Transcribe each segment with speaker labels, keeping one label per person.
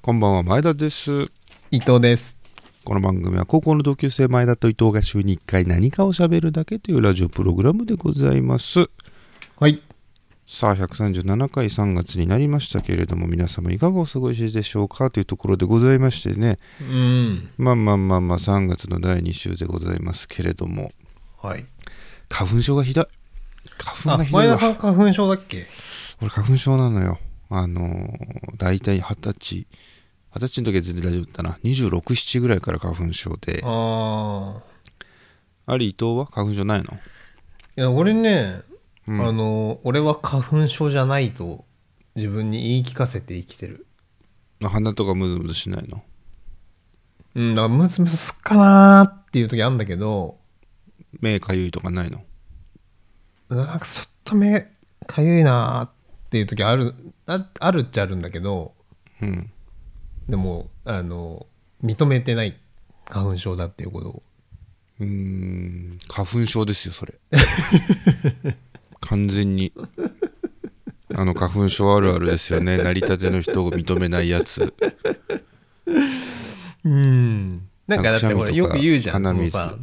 Speaker 1: こんばんは、前田です。
Speaker 2: 伊藤です。
Speaker 1: この番組は高校の同級生前田と伊藤が週に1回何かを喋るだけというラジオプログラムでございます。
Speaker 2: はい。
Speaker 1: さあ、137回3月になりましたけれども、皆様いかがお過ごしでしょうかというところでございましてね。まあ3月の第2週でございますけれども、
Speaker 2: はい。
Speaker 1: 花粉症がひどい。花粉がひどいわ。
Speaker 2: 前田さん花粉症だっけ？
Speaker 1: 俺花粉症なのよ。だいたい20歳の時は全然大丈夫だったな。26、7ぐらいから花粉症で。あれ、伊藤は花粉症ないの？
Speaker 2: いや、俺ね、俺は花粉症じゃないと自分に言い聞かせて生きてる。
Speaker 1: 鼻とかムズムズしないの？
Speaker 2: だからムズムズすっかなーっていう時あるんだけど、
Speaker 1: 目かゆいとかないの？
Speaker 2: なんかちょっと目かゆいなーっていう時あるっちゃあるんだけど、でも認めてない花粉症だっていうことを。
Speaker 1: 花粉症ですよそれ。完全に花粉症あるあるですよね。成り立ての人を認めないやつ。
Speaker 2: なんかだってほらよく言うじゃん、
Speaker 1: 鼻水、
Speaker 2: さ、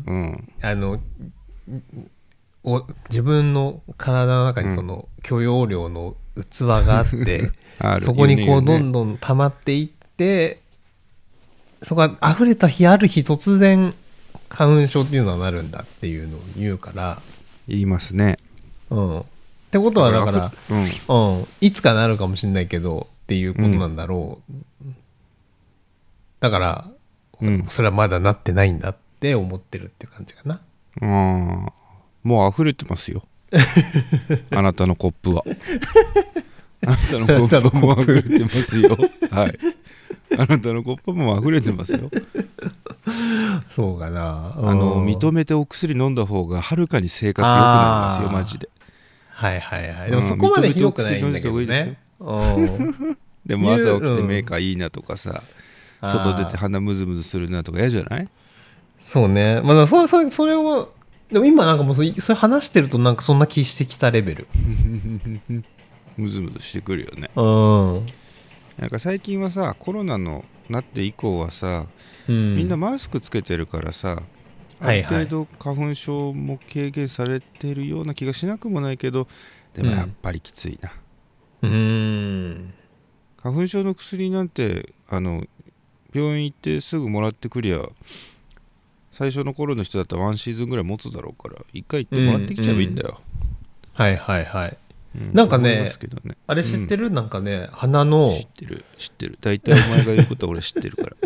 Speaker 2: 自分の体の中にその許容量の器があってそこにこうどんどん溜まっていって、そこが溢れた日ある日突然花粉症っていうのはなるんだっていうのを言うから。
Speaker 1: 言いますね。
Speaker 2: ってことはだから、いつかなるかもしれないけどっていうことなんだろう。だから、それはまだなってないんだって思ってるっていう感じかな。
Speaker 1: もう溢れてますよ。あなたのコップは。あなたのコップも溢れてますよ。はい。あなたのコップも溢れてますよ。
Speaker 2: そうかな。
Speaker 1: 認めてお薬飲んだ方がはるかに生活良くなりますよ、マジで。
Speaker 2: はいはいはい。でもそこまでひどくないんだけどね。
Speaker 1: でも朝起きて目かいいなとかさ、外出て鼻ムズムズするなとか嫌じゃない？
Speaker 2: そうね。まだそれをでも今なんかもうそれ話してるとなんかそんな気してきたレベル。
Speaker 1: ムズムズしてくるよね。なんか最近はさ、コロナのなって以降はさ、みんなマスクつけてるからさ、ある程度花粉症も軽減されてるような気がしなくもないけど、でもやっぱりきついな。花粉症の薬なんて病院行ってすぐもらってくりゃ、最初の頃の人だったらワンシーズンぐらい持つだろうから、一回行ってもらってきちゃえばいいんだよ。
Speaker 2: はいはいはい。なんかね、あれ知ってる？なんかね、鼻の
Speaker 1: 知ってる。大体お前が言うことは俺知ってるから。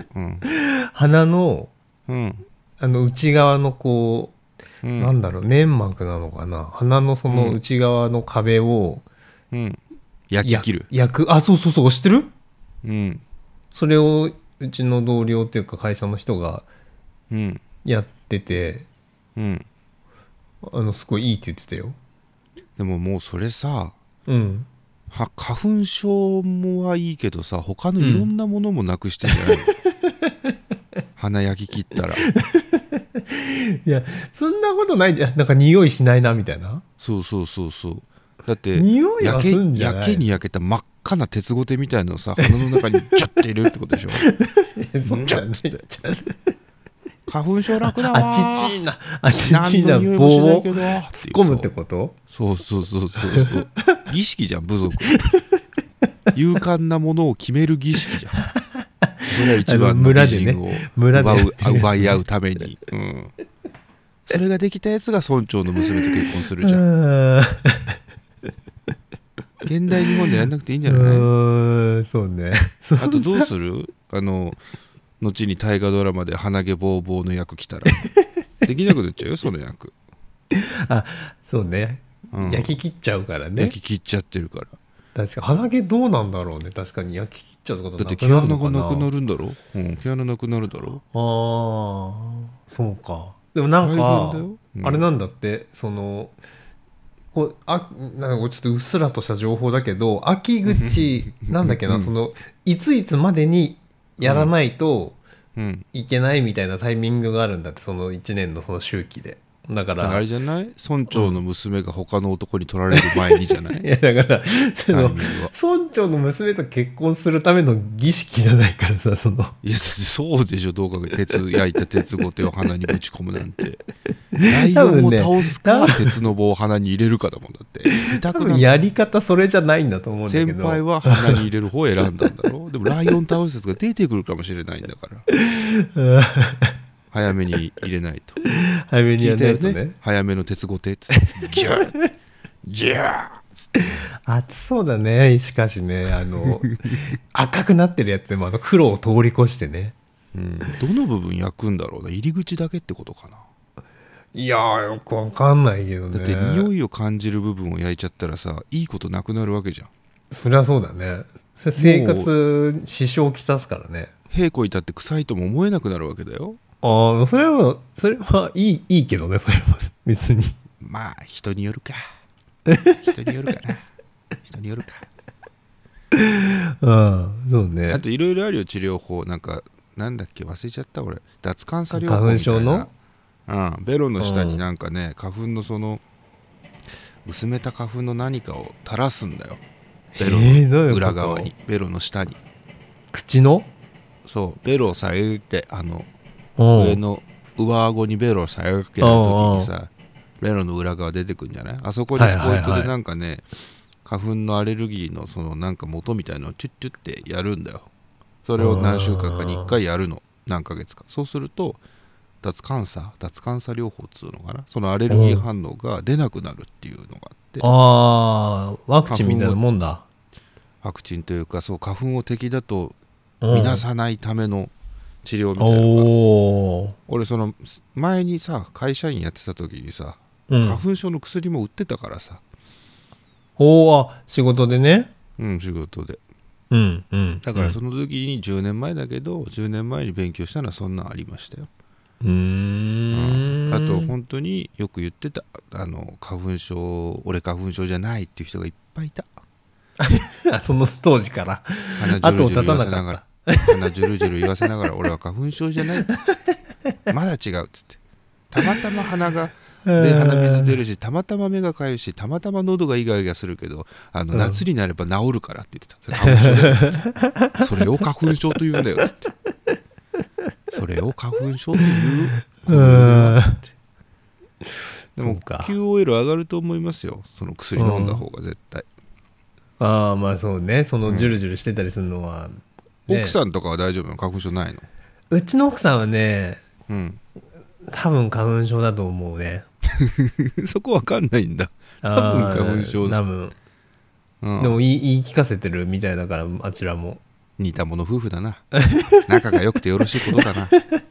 Speaker 2: 鼻の内側のこう、なんだろう、粘膜なのかな、鼻のその内側の壁を
Speaker 1: 焼き切る。
Speaker 2: そう知ってる？それをうちの同僚っていうか会社の人がやってて、すごいいいって言ってたよ。
Speaker 1: でももうそれさ、花粉症もはいいけどさ、他のいろんなものもなくしてんじゃないの？鼻焼き切ったら。い
Speaker 2: や、そんなことないんじゃん。なんか匂いしないなみたいな。
Speaker 1: そう。だって
Speaker 2: 匂いはすんじゃない？
Speaker 1: やけに焼けた真っ赤な鉄ごてみたいなのをさ、鼻の中にジャッて入れるってことでしょ。
Speaker 2: そうじゃねえ。
Speaker 1: 花粉症楽だわ。
Speaker 2: あちちな棒を突っ込むってこと？
Speaker 1: そう。儀式じゃん、部族。勇敢なものを決める儀式じゃん。それは一番の美人を奪い合うために。それができたやつが村長の娘と結婚するじゃん。現代日本でやんなくていいんじゃない？
Speaker 2: そうね。
Speaker 1: あとどうする？後に大河ドラマで鼻毛ボーボーの役来たらできなくなっちゃうよ、その役。
Speaker 2: そうね、焼き切っちゃうからね。
Speaker 1: 焼き切っちゃってるから。
Speaker 2: 確か鼻毛どうなんだろうね。確かに焼き切っちゃうことなくなるのかな。だって
Speaker 1: 毛穴がなくなるんだろ。毛穴なくなるだろ。
Speaker 2: そうか。でもなんかあれなんだって、そのなんかちょっとうっすらとした情報だけど、秋口なんだっけな、そのいついつまでにやらないといけないみたいなタイミングがあるんだって、その1年のその周期で。 だから
Speaker 1: あれじゃない、村長の娘が他の男に取られる前にじゃない、
Speaker 2: いやだから村長の娘と結婚するための儀式じゃないからさ、
Speaker 1: いやそうでしょ、どうか焼いた鉄ごてを鼻にぶち込むなんてライオンを倒すか、鉄の棒を鼻に入れるかだもん。だって
Speaker 2: 多分やり方それじゃないんだと思うんだけど、
Speaker 1: 先輩は鼻に入れる方を選んだんだろう。でもライオン倒すやつが出てくるかもしれないんだから早めに入れないと。
Speaker 2: 早めにやらないとね。
Speaker 1: 早めの鉄ごてっつってギュッギュッ
Speaker 2: 熱そうだね。しかしね、赤くなってるやつでも黒を通り越してね、
Speaker 1: どの部分焼くんだろうな。入り口だけってことかな。
Speaker 2: いやーよくわかんないけどね。
Speaker 1: だって匂いを感じる部分を焼いちゃったらさ、いいことなくなるわけじゃん。
Speaker 2: そりゃそうだね。生活支障をきたすからね。
Speaker 1: 平子いたって臭いとも思えなくなるわけだよ。
Speaker 2: ああ、それはいいけどね、それは別に。
Speaker 1: まあ人によるか人によるかな人によるか。
Speaker 2: そうね。
Speaker 1: あといろいろあるよ、治療法。なんだっけ忘れちゃった俺。脱乾燥療法みたいな。
Speaker 2: 花粉症の
Speaker 1: ベロの下になんかね、花粉の薄めた花粉の何かを垂らすんだよ。ベロの裏側に、ベロの下に。
Speaker 2: 口の？
Speaker 1: そう、ベロをさえって上の上顎にベロをさえってやるときにさ、ベロの裏側出てくるんじゃない？あそこにスポイトでなんかね、花粉のアレルギーのなんか元みたいのをチュッチュッってやるんだよ。それを何週間かに1回やるの。何ヶ月か。そうすると脱乾燥療法っつうのかな、そのアレルギー反応が出なくなるっていうのがあって、
Speaker 2: ワクチンみたいなもんだ。
Speaker 1: ワクチンというか、そう、花粉を敵だと見なさないための治療みたいなのが、俺前にさ会社員やってた時にさ、花粉症の薬も売ってたからさ。
Speaker 2: 仕事でね。
Speaker 1: 仕事で。だからその時に10年前だけど、10年前に勉強したのはそんなんありましたよ。あと本当によく言ってた、花粉症、俺花粉症じゃないっていう人がいっぱいいた
Speaker 2: その当時から
Speaker 1: 後を絶たなかった。鼻ジュルジュル言わせながら俺は花粉症じゃないっつってまだ違うっつって、たまたま鼻水出るし、たまたま目がかゆいし、たまたま喉がイガイガするけど夏になれば治るからって言ってた。花粉症だよっつってそれを花粉症と言うんだよっつって、それを花粉症というこのって。でも QOL 上がると思いますよ、その薬飲んだ方が絶対。
Speaker 2: まあそうね、ジュルジュルしてたりするのは、
Speaker 1: 奥さんとかは大丈夫なの？花粉症ないの？
Speaker 2: うちの奥さんはね、多分花粉症だと思うね
Speaker 1: そこわかんないんだ。多分花粉症。
Speaker 2: 多分、でも言い聞かせてるみたいだから、あちらも
Speaker 1: 似た者夫婦だな仲が良くてよろしいことだな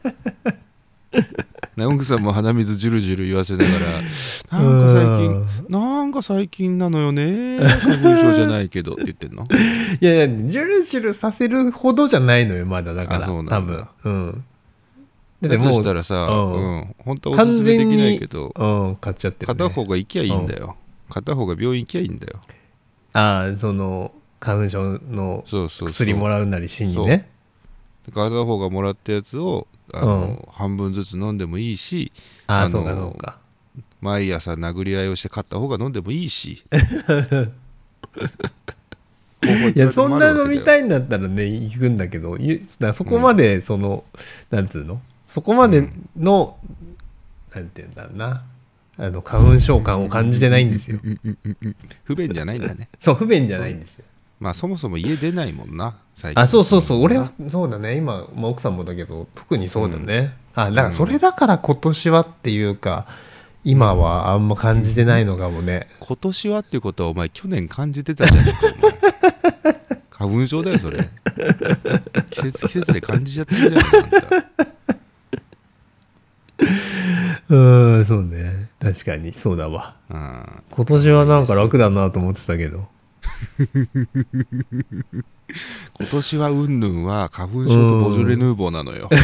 Speaker 1: 奥さんも鼻水ジュルジュル言わせながら、なんか最近なのよね、花粉症じゃないけどって言ってんの。
Speaker 2: いやジュルジュルさせるほどじゃないのよまだ。だから多分
Speaker 1: だとしたらさ、本当はおすすめできないけど、
Speaker 2: 買っちゃってるね。
Speaker 1: 片方が行きゃいいんだよ。片方が病院行きゃいいんだよ。
Speaker 2: 花粉症の薬もらうなりしにね。
Speaker 1: 片方がもらったやつを半分ずつ飲んでもいいし、
Speaker 2: そうか
Speaker 1: 毎朝殴り合いをして勝った方が飲んでもいいし
Speaker 2: いやそんな飲みたいんだったらね行くんだけど、そこまでなんつうの、そこまでの、なんていうんだろうな、花粉症感を感じてないんですよ。
Speaker 1: 不便じゃないんだね。
Speaker 2: そう、不便じゃないんですよ。
Speaker 1: まあそもそも家出ないもんな最近。
Speaker 2: そう俺はそうだね。今、奥さんもだけど特にそうだね。だからそれだから今年はっていうか、今はあんま感じてないのかもね。
Speaker 1: 今年はっていうことはお前去年感じてたじゃねえかお前花粉症だよそれ。季節で感じちゃってるじゃないあんた。
Speaker 2: そうね、確かにそうだわ。今年はなんか楽だなと思ってたけど
Speaker 1: 今年はうんぬんは花粉症とボジョレ・ヌーボーなのよ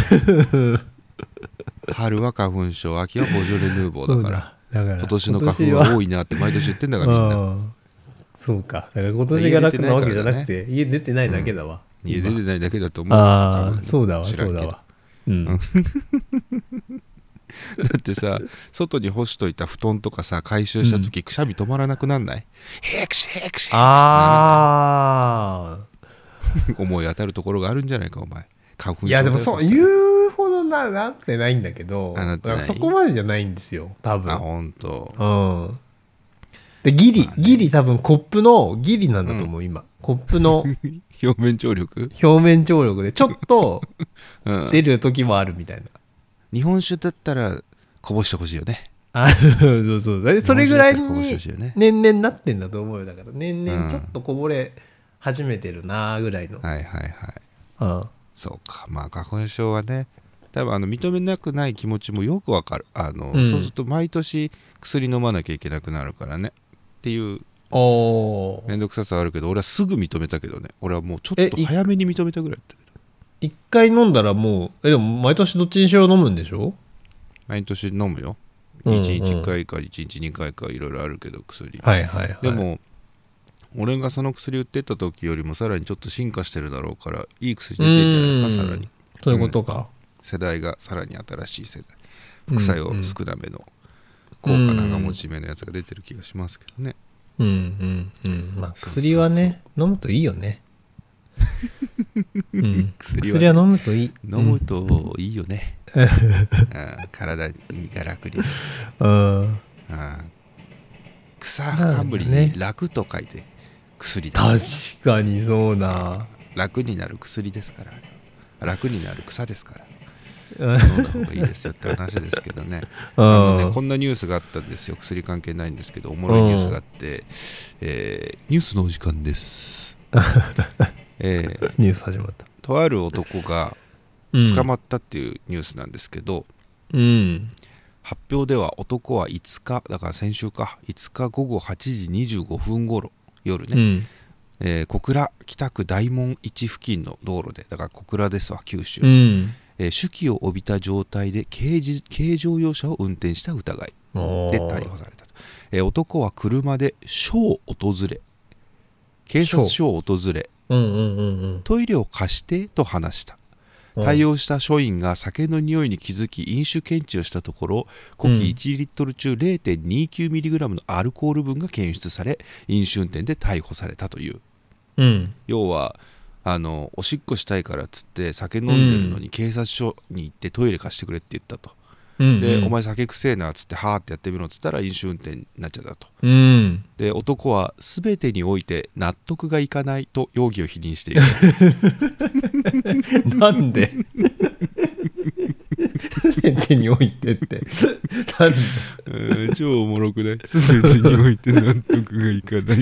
Speaker 1: 春は花粉症、秋はボジョレ・ヌーボーだから今年の花粉は多いなって毎年言ってんだからみんな。
Speaker 2: そうか、だから今年が楽なわけじゃなくて家出てないだけだわ。
Speaker 1: 家出てないだけだと思う。
Speaker 2: そうだわ。
Speaker 1: ってさ、外に干しといた布団とかさ回収した時、くしゃみ止まらなくなんない？ヘクシヘクシヘクシってなるんだよ。思い当たるところがあるんじゃないかお前。花粉症。
Speaker 2: いやでもそう言うほどなってないんだけど、そこまでじゃないんですよ多分。
Speaker 1: 本当。
Speaker 2: うんでギリ多分コップのギリなんだと思う、今コップの
Speaker 1: 表面張力
Speaker 2: でちょっと出る時もあるみたいな、
Speaker 1: 日本酒だったらこぼしてほしいよね。
Speaker 2: そうそれぐらいに年々なってんだと思うよ。だから年々ちょっとこぼれ始めてるなぐらいの、
Speaker 1: はいはいはい、そうか。まあ花粉症はね多分認めなくない気持ちもよくわかる。そうすると毎年薬飲まなきゃいけなくなるからねっていうめんどくささはあるけど、俺はすぐ認めたけどね。俺はもうちょっと早めに認めたぐらいだったけど。
Speaker 2: 一回飲んだらもうでも毎年どっちにしろ飲むんでしょ？
Speaker 1: 毎年飲むよ。1日1回か1日2回かいろいろあるけど薬、
Speaker 2: はいはいはい、
Speaker 1: でも俺がその薬売ってた時よりもさらにちょっと進化してるだろうからいい薬出てるんじゃないですか。さらに
Speaker 2: そういうことか、
Speaker 1: 世代がさらに新しい世代、副作用少なめの高価な長持ち目のやつが出てる気がしますけどね。
Speaker 2: まあ薬はね飲むといいよね。薬は飲むといい。
Speaker 1: 飲むといいよね。体が楽に。草冠に楽と書いて薬だ、
Speaker 2: ね。確かにそうな。
Speaker 1: 楽になる薬ですから、楽になる草ですから。飲んだ方がいいですよって話ですけどね。こんなニュースがあったんですよ。薬関係ないんですけどおもろいニュースがあって、ニュースのお時間です。
Speaker 2: ニュース始まった。
Speaker 1: とある男が捕まったっていうニュースなんですけど、発表では男は5日だから先週か5日午後8時25分頃夜ね、小倉北区大門市付近の道路で、だから小倉ですわ九州、酒気を帯びた状態で軽乗用車を運転した疑いで逮捕されたと。男は車で警察署を訪れ、トイレを貸してと話した。対応した署員が酒の匂いに気づき飲酒検知をしたところ、呼気1リットル中 0.29mg のアルコール分が検出され飲酒運転で逮捕されたという、要はおしっこしたいからっつって酒飲んでるのに警察署に行ってトイレ貸してくれって言ったと、でお前酒くせえなっつってはーってやってみろっつったら飲酒運転になっちゃったと、で男は全てにおいて納得がいかないと容疑を否認してい
Speaker 2: る。なんで全てにおいてってなん
Speaker 1: だ超おもろくない？全てにおいて納得がいかない。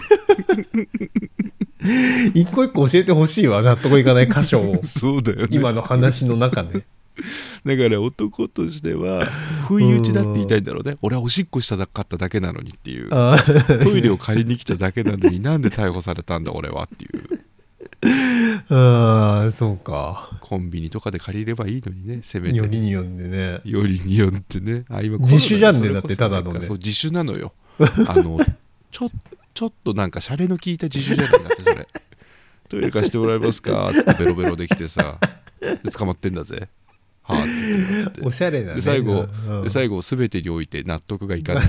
Speaker 2: 一個一個教えてほしいわ、納得いかない箇所を。
Speaker 1: そうだよね、
Speaker 2: 今の話の中で。
Speaker 1: だから男としては不意打ちだって言いたいんだろうね。俺はおしっこしたかっただけなのにっていう、トイレを借りに来ただけなのになんで逮捕されたんだ俺はっていう。
Speaker 2: そうか。
Speaker 1: コンビニとかで借りればいいのにね、せめて。
Speaker 2: よりによってね。
Speaker 1: よりによってね。
Speaker 2: 今自主じゃんね、だってただのね。
Speaker 1: そう自主なのよ。ちょっとなんかシャレの効いた自主じゃないんだってそれ。トイレ貸してもらえますかつってベロベロできてさ、で捕まってんだぜ。はあって言って
Speaker 2: おしゃれだね。
Speaker 1: で最後全てにおいて納得がいかない。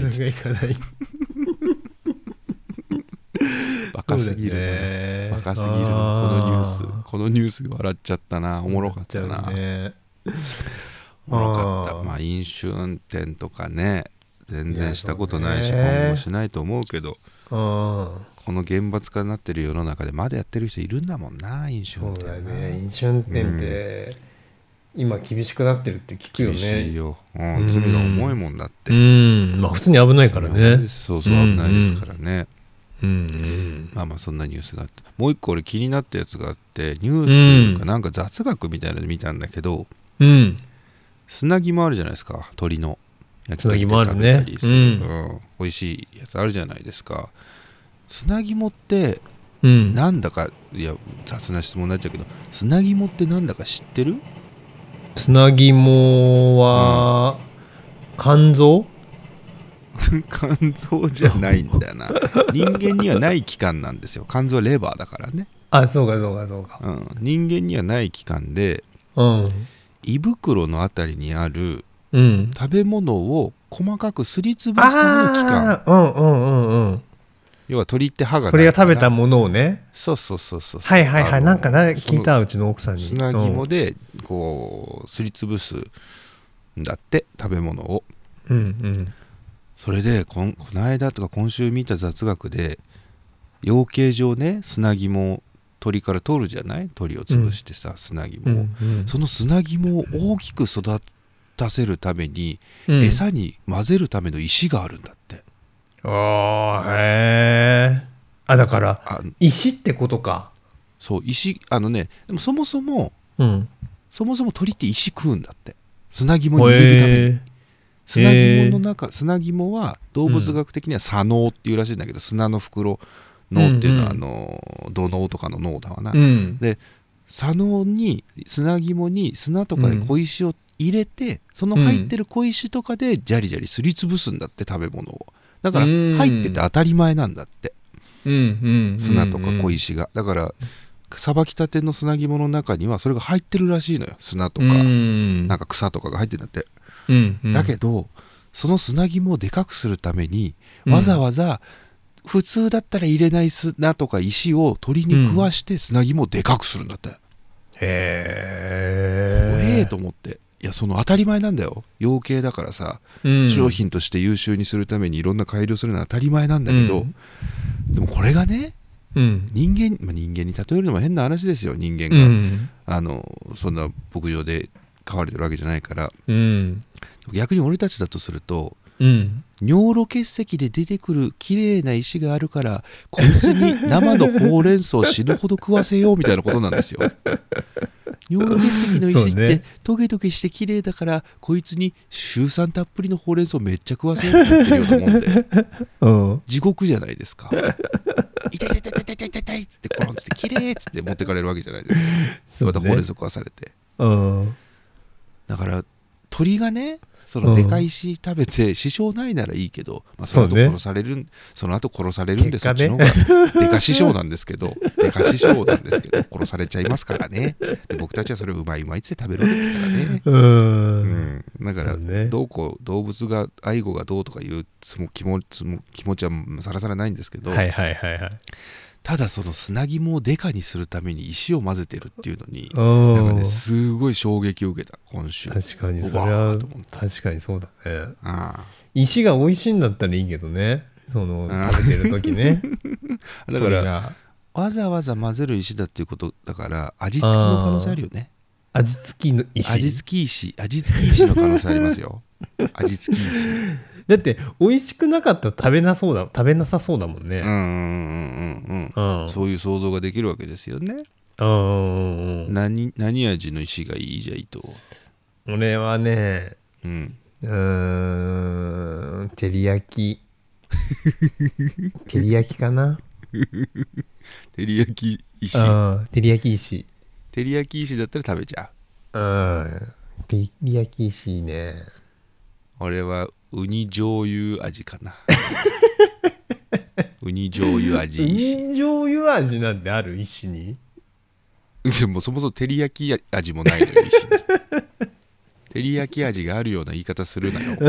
Speaker 1: バカすぎるね。バカすぎるなこのニュース笑っちゃったな。おもろかったな。おもろかった。まあ飲酒運転とかね全然したことないし今後もしないと思うけど、この厳罰化になってる世の中でまだやってる人いるんだもんな、飲酒運転。
Speaker 2: そうだよね。飲酒運転って今厳しくなってるって聞くよね。
Speaker 1: 厳しいよ。罪が重いもんだって。
Speaker 2: まあ普通に危ないからね。
Speaker 1: そうそう危ないですからね。まあそんなニュースがあって、もう一個俺気になったやつがあって、ニュースというかなんか雑学みたいなので見たんだけど、砂肝あるじゃないですか、鶏の
Speaker 2: 砂肝あるね。
Speaker 1: 美味しいやつあるじゃないですか。砂肝ってなんだか、いや雑な質問になっちゃうけど、砂肝ってなんだか知ってる？
Speaker 2: 砂肝は肝臓？
Speaker 1: 肝臓じゃないんだよな。人間にはない器官なんですよ。肝臓はレバーだからね。
Speaker 2: そうか、
Speaker 1: 人間にはない器官で、胃袋のあたりにある
Speaker 2: うん、
Speaker 1: 食べ物を細かくすりつぶすための器官。
Speaker 2: うんうんうんうん。
Speaker 1: 要は鳥って歯がないから、
Speaker 2: 鳥が食べたものをね。
Speaker 1: そう
Speaker 2: はいはいはい。なんか聞いた、うちの奥さんに。
Speaker 1: 砂肝でこうすりつぶすんだって食べ物を。
Speaker 2: うんうん。
Speaker 1: それでこの間とか今週見た雑学で、養鶏場ね、砂肝を鳥から取るじゃない、鳥を潰してさ、砂肝を、うんうん、その砂肝を大きく育たせるために、餌に混ぜるための石があるんだって。
Speaker 2: ああ、へえ。だから石ってことか。
Speaker 1: そう、石、でもそもそも鳥って石食うんだって、砂肝に入れるために。砂肝の中、砂肝は動物学的には砂脳っていうらしいんだけど、砂の袋脳っていうのは土脳とかの脳だわな、で砂脳に砂肝に砂とかで小石を入れて、その入ってる小石とかでジャリジャリすりつぶすんだって、食べ物を。だから入ってて当たり前なんだって、砂とか小石が。だからさばきたての砂肝の中にはそれが入ってるらしいのよ。砂とかなんか草とかが入ってるんだって、だけどその砂肝をでかくするためにわざわざ普通だったら入れない砂とか石を鳥に食わして砂肝をでかくするんだって、
Speaker 2: へえ、
Speaker 1: 怖えと思って。いや、その当たり前なんだよ、養鶏だからさ、商品として優秀にするためにいろんな改良するのは当たり前なんだけど、でもこれがね、人間に例えるのも変な話ですよ。人間が、そんな牧場で飼われてるわけじゃないから、逆に俺たちだとすると、尿路結石で出てくる綺麗な石があるからこいつに生のほうれん草を死ぬほど食わせようみたいなことなんですよ。尿路結石の石ってトゲトゲして綺麗だからこいつに臭酸たっぷりのほうれん草めっちゃ食わせようって言ってるようなもんで、地獄じゃないですか。痛い痛い痛い痛い痛い痛いっつってコロンつって綺麗っつって持ってかれるわけじゃないですか。またほうれん草食わされて、だから鳥がね、そのでかい石食べて支障ないならいいけど、その後殺されるんで、そっちの方がでか師匠なんですけど殺されちゃいますからね。で僕たちはそれをうまいうまいって食べるわけですからね。だから動物が愛護がどうとかいう気持ちはさらさらないんですけど、ただその砂肝をデカにするために石を混ぜてるっていうのになんかね、すごい衝撃を受けた今週。
Speaker 2: 確かにそれは確かにそうだね。石が美味しいんだったらいいけどね、その食べてる時ね。
Speaker 1: だからわざわざ混ぜる石だっていうことだから味付きの可能性あるよね。
Speaker 2: 味付き石の可能性ありますよ。味付き石だって美味しくなかったら食べなさそうだもんね。
Speaker 1: そういう想像ができるわけですよね。何味の石がいいじゃいと。
Speaker 2: 俺はね、照り焼きかな。
Speaker 1: 照り焼き石。
Speaker 2: 照り焼き石
Speaker 1: だったら食べちゃう。
Speaker 2: 照り焼き石ね。
Speaker 1: 俺はウニ醤油味かな。ウニ醤油味石。
Speaker 2: ウニ醤油味なんてある石に？
Speaker 1: もうそもそも照り焼き味もないのよ、石に。照り焼き味があるような言い方するなよ。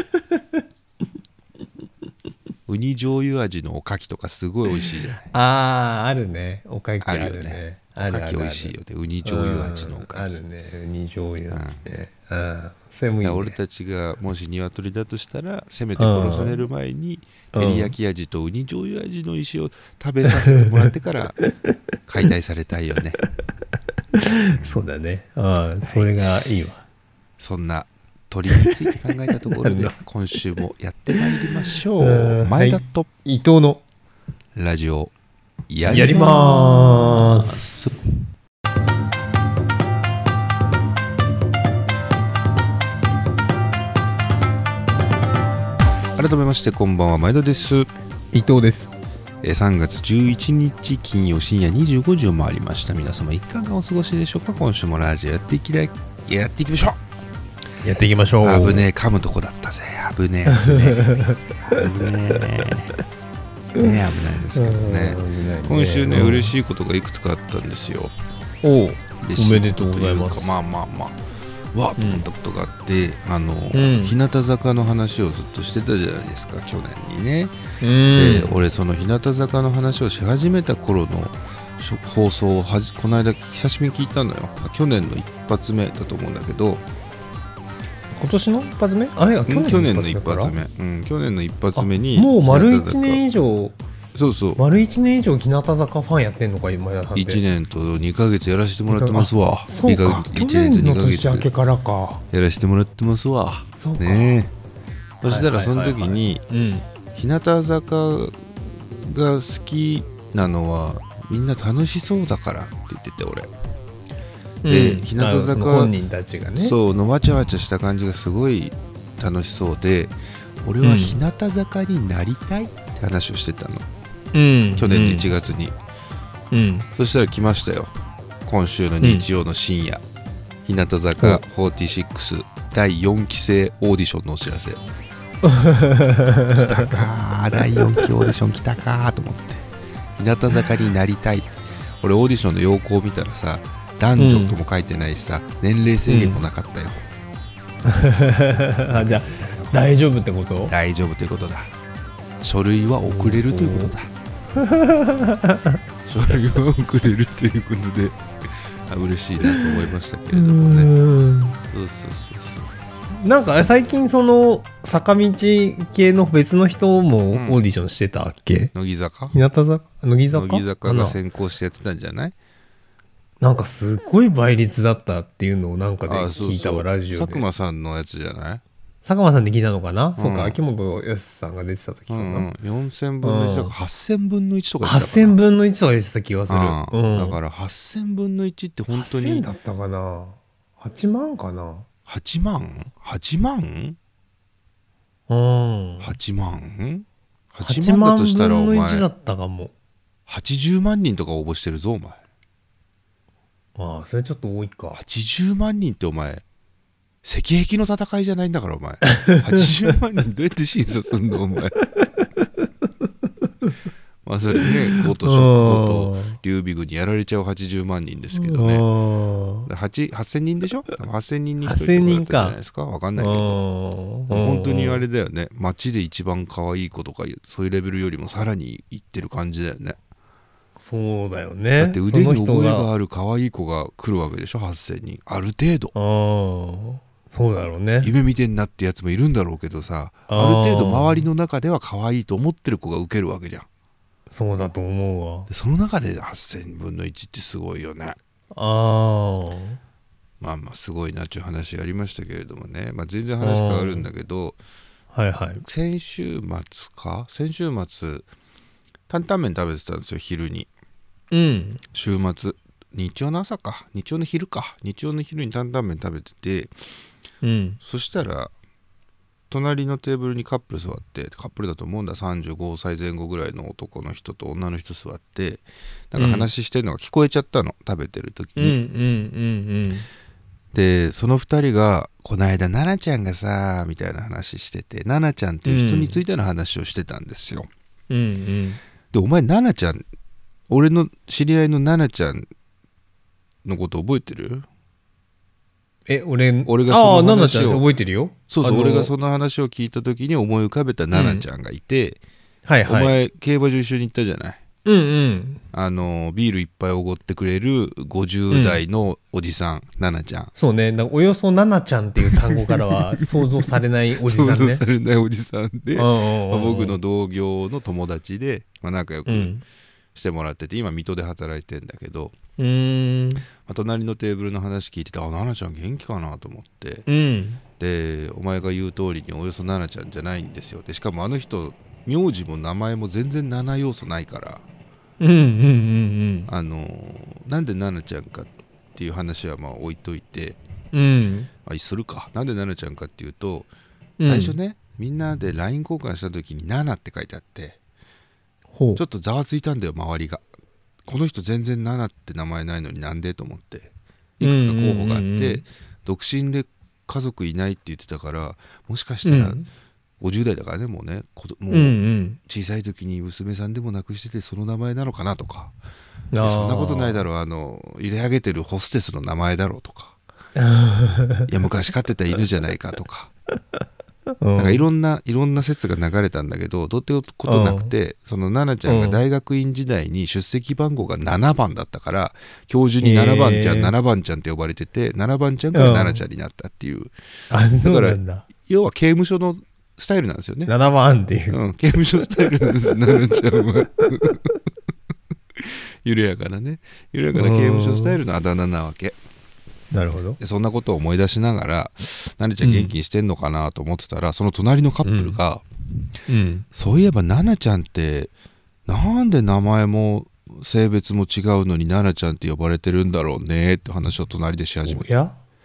Speaker 1: ウニ醤油味のおかきとかすごい美味しいじゃない。
Speaker 2: あるね、おかきあるね。
Speaker 1: おかき美味しいよね、ウニ醤油味のおかき。
Speaker 2: あるね、ウニ醤油味ね。それもいいね。
Speaker 1: 俺たちがもし鶏だとしたら、せめて殺される前に照り焼き味とウニ醤油味の石を食べさせてもらってから解体されたいよね。
Speaker 2: そうだね。それがいいわ。
Speaker 1: そんな鳥について考えたところで今週もやってまいりましょう。前田と
Speaker 2: 伊藤の
Speaker 1: ラジオ
Speaker 2: やりまーす。
Speaker 1: 改めましてこんばんは、前田です。
Speaker 2: 伊藤です。
Speaker 1: 3月11日金曜深夜25時を回りました。皆様いかがお過ごしでしょうか。今週もラジオやっていきましょう。
Speaker 2: やっていきましょう。
Speaker 1: 危ねえ、噛むとこだったぜ。危ねえ危ないですけどね。今週ね、嬉しいことがいくつかあったんですよ。
Speaker 2: おめでとうございます。
Speaker 1: まあわっと思ったことがあって、日向坂の話をずっとしてたじゃないですか、去年にね。で俺その日向坂の話をし始めた頃の放送をこの間久しぶりに聞いたのよ。去年の一発目だと思うんだけど。
Speaker 2: 今年の一発目？あれは去年の一発目。
Speaker 1: 去年の一発目に
Speaker 2: もう丸1年以上。
Speaker 1: そうそう、
Speaker 2: 丸1年以上日向坂ファンやってんのか今やさんで。
Speaker 1: 1年と2ヶ月やらせてもらってますわ。
Speaker 2: そうか、1年の年明けからか
Speaker 1: やらせてもらってますわ。
Speaker 2: そうか
Speaker 1: ね。そしたらその時に日向坂が好きなのはみんな楽しそうだからって言ってて、俺で、日向坂
Speaker 2: 本人たちがね、
Speaker 1: そうのわちゃわちゃした感じがすごい楽しそうで、俺は日向坂になりたいって話をしてたの、去年の1月に、そしたら来ましたよ、今週の日曜の深夜、日向坂46第4期生オーディションのお知らせ来たかー、第4期オーディション来たかーと思って、日向坂になりたい。俺オーディションの要項を見たらさ、男女とも書いてないしさ、年齢制限もなかったよ、
Speaker 2: じゃあ大丈夫ってこと？
Speaker 1: 大丈夫ということだ。書類は送れるということだ書類は送れるということで嬉しいなと思いましたけれどもね。そうそうそうそう。
Speaker 2: なんか最近その坂道系の別の人もオーディションしてたっけ？
Speaker 1: 乃木坂？
Speaker 2: 日向坂？乃木
Speaker 1: 坂が先行してやってたんじゃない？
Speaker 2: なんかすっごい倍率だったっていうのをなんかで聞いたわ、ラジオで。
Speaker 1: 佐久間さんのやつじゃない？
Speaker 2: 佐久間さんで聞いたのかな、そうか、秋元康さんが出てた時かな、
Speaker 1: 4000分の1とか8000分の1とか
Speaker 2: 言ってたかな。8000分の1とか言ってた気がする、
Speaker 1: だから8000分の1って本当に
Speaker 2: 8000だったかな、8万かな、
Speaker 1: 8万 ?8 万?8 万 ?8 万だとしたらお前
Speaker 2: 8分の1だったかも。
Speaker 1: 80万人とか応募してるぞお前。
Speaker 2: ああ、それちょっと多いか。
Speaker 1: 80万人ってお前石壁の戦いじゃないんだからお前80万人どうやって審査すんのお前まあそれね、ゴと劉備軍にやられちゃう80万人ですけどね。8000人でしょ、8000人に1人とかだったんじゃないですか、分かんないけど、本当にあれだよね、街で一番可愛い子とかそういうレベルよりもさらにいってる感じだよね。
Speaker 2: そうだよね。
Speaker 1: だって腕に覚えがある可愛い子が来るわけでしょ、8000人ある程度。
Speaker 2: そうだろうね。
Speaker 1: 夢見てんなってやつもいるんだろうけどさ、ある程度周りの中では可愛いと思ってる子が受けるわけじゃん。
Speaker 2: そうだと思うわ。
Speaker 1: その中で8000分の1ってすごいよね。まあまあすごいなっていう話ありましたけれどもね、まあ、全然話変わるんだけど、先週末担々麺食べてたんですよ、昼に。週末日曜の朝か日曜の昼に担々麺食べてて、そしたら隣のテーブルにカップル座って、カップルだと思うんだ、35歳前後ぐらいの男の人と女の人座ってなんか話してるのが聞こえちゃったの、食べてる時に。でその2人がこの間奈々ちゃんがさみたいな話してて、奈々ちゃんっていう人についての話をしてたんですよ。でお前奈々ちゃん、俺の知り合いの奈々ちゃんのこと覚えてる？俺がその話を
Speaker 2: 覚えてるよ。
Speaker 1: 俺がその話を聞いた時に思い浮かべた奈々ちゃんがいて、お前競馬場一緒に行ったじゃない。ビールいっぱいおごってくれる50代のおじさん、奈々ちゃん。
Speaker 2: そうね、およそ奈々ちゃんっていう単語からは想像されないおじさんね。
Speaker 1: 想像されないおじさんで、僕の同業の友達で、仲良くしてもらってて、今水戸で働いてんだけど、隣のテーブルの話聞いてて、奈々ちゃん元気かなと思って、でお前が言う通りにおよそ奈々ちゃんじゃないんですよ。でしかもあの人名字も名前も全然7要素ないから、なんで奈々ちゃんかっていう話はまあ置いといて、するか。なんで奈々ちゃんかっていうと、最初ね、みんなで LINE 交換した時に奈々って書いてあって、ちょっとざわついたんだよ周りが。この人全然奈々って名前ないのになんでと思って、いくつか候補があって、独身で家族いないって言ってたから、もしかしたら50代だからね、もうね、もう小さい時に娘さんでも亡くしててその名前なのかなとか、そんなことないだろう、入れ上げてるホステスの名前だろうとか、 いや昔飼ってた犬じゃないかとか、なんかいろんな説が流れたんだけど、どうってことなくて、その奈々ちゃんが大学院時代に出席番号が7番だったから、教授に7番ちゃん、7番ちゃんって呼ばれてて、7番ちゃんから奈々ちゃんになったっていう。
Speaker 2: そうなんだ。
Speaker 1: 要は刑務所のスタイルなんですよね。
Speaker 2: 7番っていう、
Speaker 1: 刑務所スタイルなんですよ、奈々ちゃんは。緩やかな刑務所スタイルのあだ名なわけ。
Speaker 2: なるほど。
Speaker 1: でそんなことを思い出しながら、奈々ちゃん元気にしてんのかなと思ってたら、その隣のカップルが、そういえば奈々ちゃんってなんで名前も性別も違うのに奈々ちゃんって呼ばれてるんだろうねって話を隣でし始めて、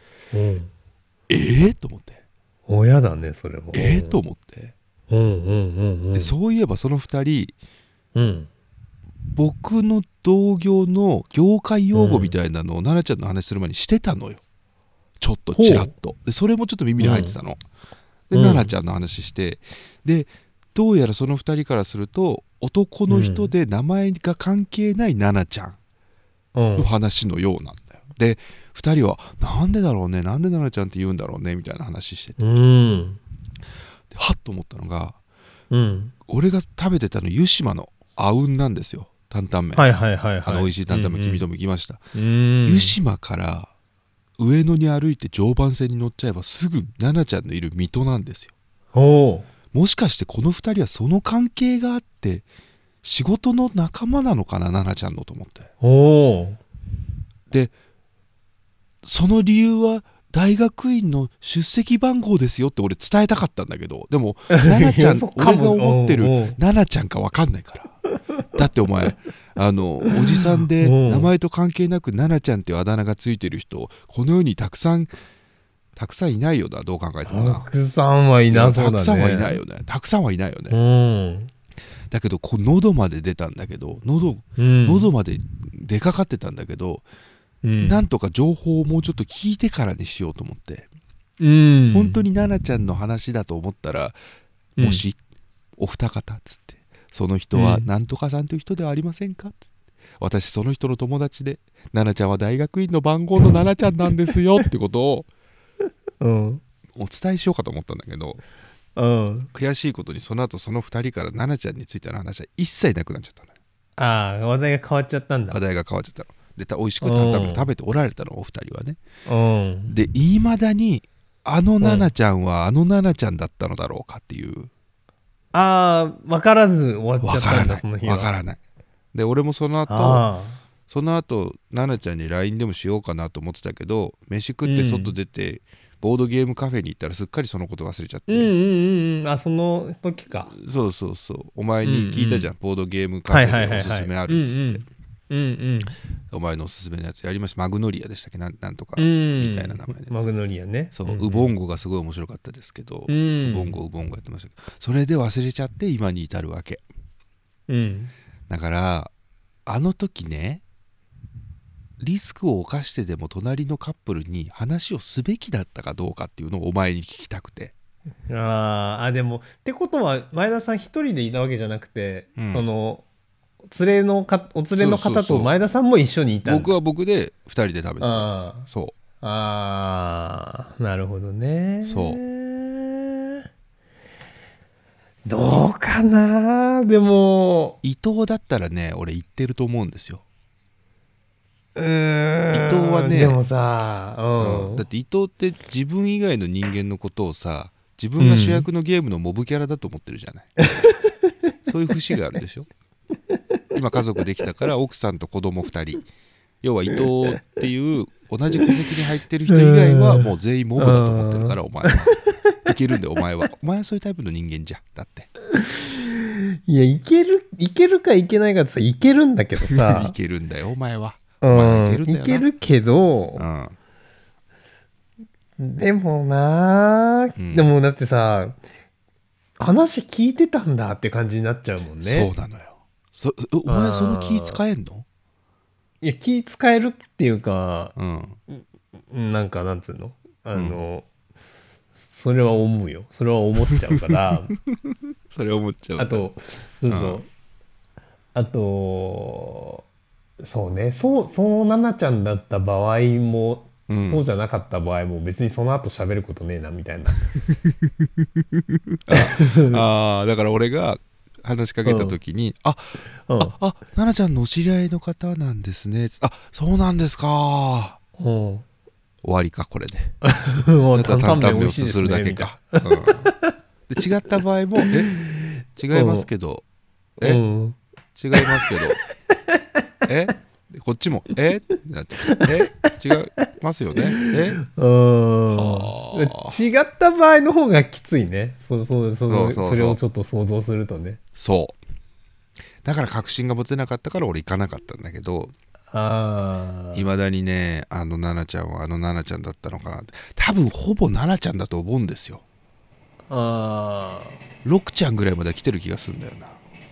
Speaker 1: と思って、
Speaker 2: 親だねそれも。
Speaker 1: と思って、でそういえばその2人、僕の同業の業界用語みたいなのを奈々ちゃんの話する前にしてたのよ、ちょっとちらっと。でそれもちょっと耳に入ってたの、で奈々ちゃんの話して、でどうやらその2人からすると男の人で名前が関係ない奈々ちゃんの話のようなんだよ。で2人はなんでだろうね、なんで奈々ちゃんって言うんだろうねみたいな話してて、はっと思ったのが、俺が食べてたの湯島のあうんなんですよ、担々麺。美味しい担々麺、君とも行きました。湯島から上野に歩いて常磐線に乗っちゃえばすぐ奈々ちゃんのいる水戸なんですよ。もしかしてこの2人はその関係があって仕事の仲間なのかな、奈々ちゃんのと思って。でその理由は大学院の出席番号ですよって俺伝えたかったんだけど、でも奈々ちゃん俺が思ってる奈々ちゃんか分かんないから。だってお前おじさんで名前と関係なく奈々ちゃんっていうあだ名がついてる人この世にたくさんいないよな、どう考えてもな。
Speaker 2: たくさんはいなそうだね。
Speaker 1: たくさんはいないよね。たくさんはいないよね。だけど喉まで出たんだけど、喉まで出かかってたんだけど、なんとか情報をもうちょっと聞いてからにしようと思って、本当に奈々ちゃんの話だと思ったら、もしお二方っつって、その人はなんとかさんという人ではありませんかって、私その人の友達で奈々ちゃんは大学院の番号の奈々ちゃんなんですよってことをお伝えしようかと思ったんだけど、悔しいことにその後その2人から奈々ちゃんについての話は一切なくなっちゃったのよ。
Speaker 2: 話題が変わっちゃったんだ。
Speaker 1: 話題が変わっちゃったので、美味しく担々麺を食べておられたのお二人はね。でいまだにあの奈々ちゃんはあの奈々ちゃんだったのだろうかっていう、
Speaker 2: 分からず終わっちゃったんだ、その日は。
Speaker 1: 分からない。で俺もその後奈々ちゃんに LINE でもしようかなと思ってたけど、飯食って外出て、ボードゲームカフェに行ったらすっかりそのこと忘れちゃって、
Speaker 2: その時か。
Speaker 1: そうお前に聞いたじゃん、ボードゲームカフェでおすすめあるっつって、お前のおすすめのやつやりました。マグノリアでしたっけ、なんとかみたいな名前で、
Speaker 2: マグノリアね。
Speaker 1: そう、ウボンゴがすごい面白かったですけど、ウボンゴやってましたけど、それで忘れちゃって今に至るわけ。だからあの時ね、リスクを冒してでも隣のカップルに話をすべきだったかどうかっていうのをお前に聞きたくて。
Speaker 2: でもってことは前田さん一人でいたわけじゃなくて、そのお連れの方と前田さんも一緒にいたんだ。
Speaker 1: 僕は僕で2人で食べてたんです。そう。
Speaker 2: なるほどね。
Speaker 1: そう
Speaker 2: どうかな。でも
Speaker 1: 伊藤だったらね、俺言ってると思うんですよ。
Speaker 2: 伊藤はね、でもさ、
Speaker 1: だって伊藤って自分以外の人間のことをさ、自分が主役のゲームのモブキャラだと思ってるじゃない、そういう節があるでしょ。今家族できたから奥さんと子供2人、要は伊藤っていう同じ戸籍に入ってる人以外はもう全員モブだと思ってるから、お前はいけるんだよ。お前はそういうタイプの人間じゃん。だって
Speaker 2: いや、いけるかいけないかってさ、いけるんだけどさ
Speaker 1: いけるんだよお前は。
Speaker 2: いけるけど、でもな、でもだってさ、話聞いてたんだって感じになっちゃうもんね。
Speaker 1: そうなのよ。お前その気使えんの？
Speaker 2: いや、気使えるっていうか、なんかなんつうの、それは思うよ。それは思っちゃうから
Speaker 1: それは思っちゃう。
Speaker 2: あとあとそうね、その奈々ちゃんだった場合もそうじゃなかった場合も別にその後喋ることねえなみたいな
Speaker 1: だから俺が話しかけた時に奈々ちゃんのお知り合いの方なんですね。そうなんですか。終わりかこれで。
Speaker 2: もう担々
Speaker 1: 麺をすするだけか。で違った場合も違いますけど違いますけどこっちも違いますよね。違
Speaker 2: った場合の方がきついね。それをちょっと想像するとね。
Speaker 1: そうだから確信が持てなかったから俺行かなかったんだけど、いまだにね奈々ちゃんは奈々ちゃんだったのかなって。多分ほぼ奈々ちゃんだと思うんですよ。6ちゃんぐらいまで来てる気がするんだよな。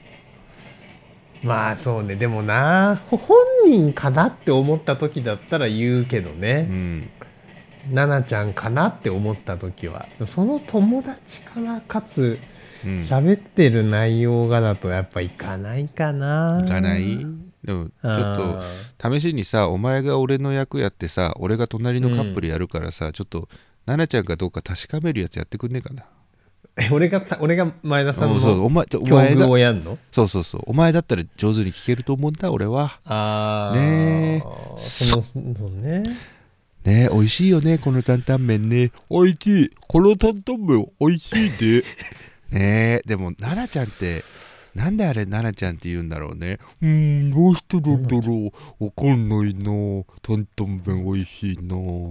Speaker 2: まあそうね。でもな、本人かなって思った時だったら言うけどね、奈々ちゃんかなって思った時はその友達からかつ喋ってる内容がだとやっぱいかないかな。
Speaker 1: いかない。でもちょっと試しにさ、お前が俺の役やってさ、俺が隣のカップルやるからさ、ちょっと奈々ちゃんかどうか確かめるやつやってくんねえかな。
Speaker 2: 俺が前田さんの境遇をやんの？
Speaker 1: そうお前だったら上手に聞けると思うんだ俺は。ねえ、
Speaker 2: そうね。
Speaker 1: ねえ、美味しいよねこの担々麺ね。美味しい、この担々麺美味しいでねえ。でも奈々ちゃんってなんであれ奈々ちゃんって言うんだろうね。どうしてなんだろう、わかんないな。担々麺美味しいな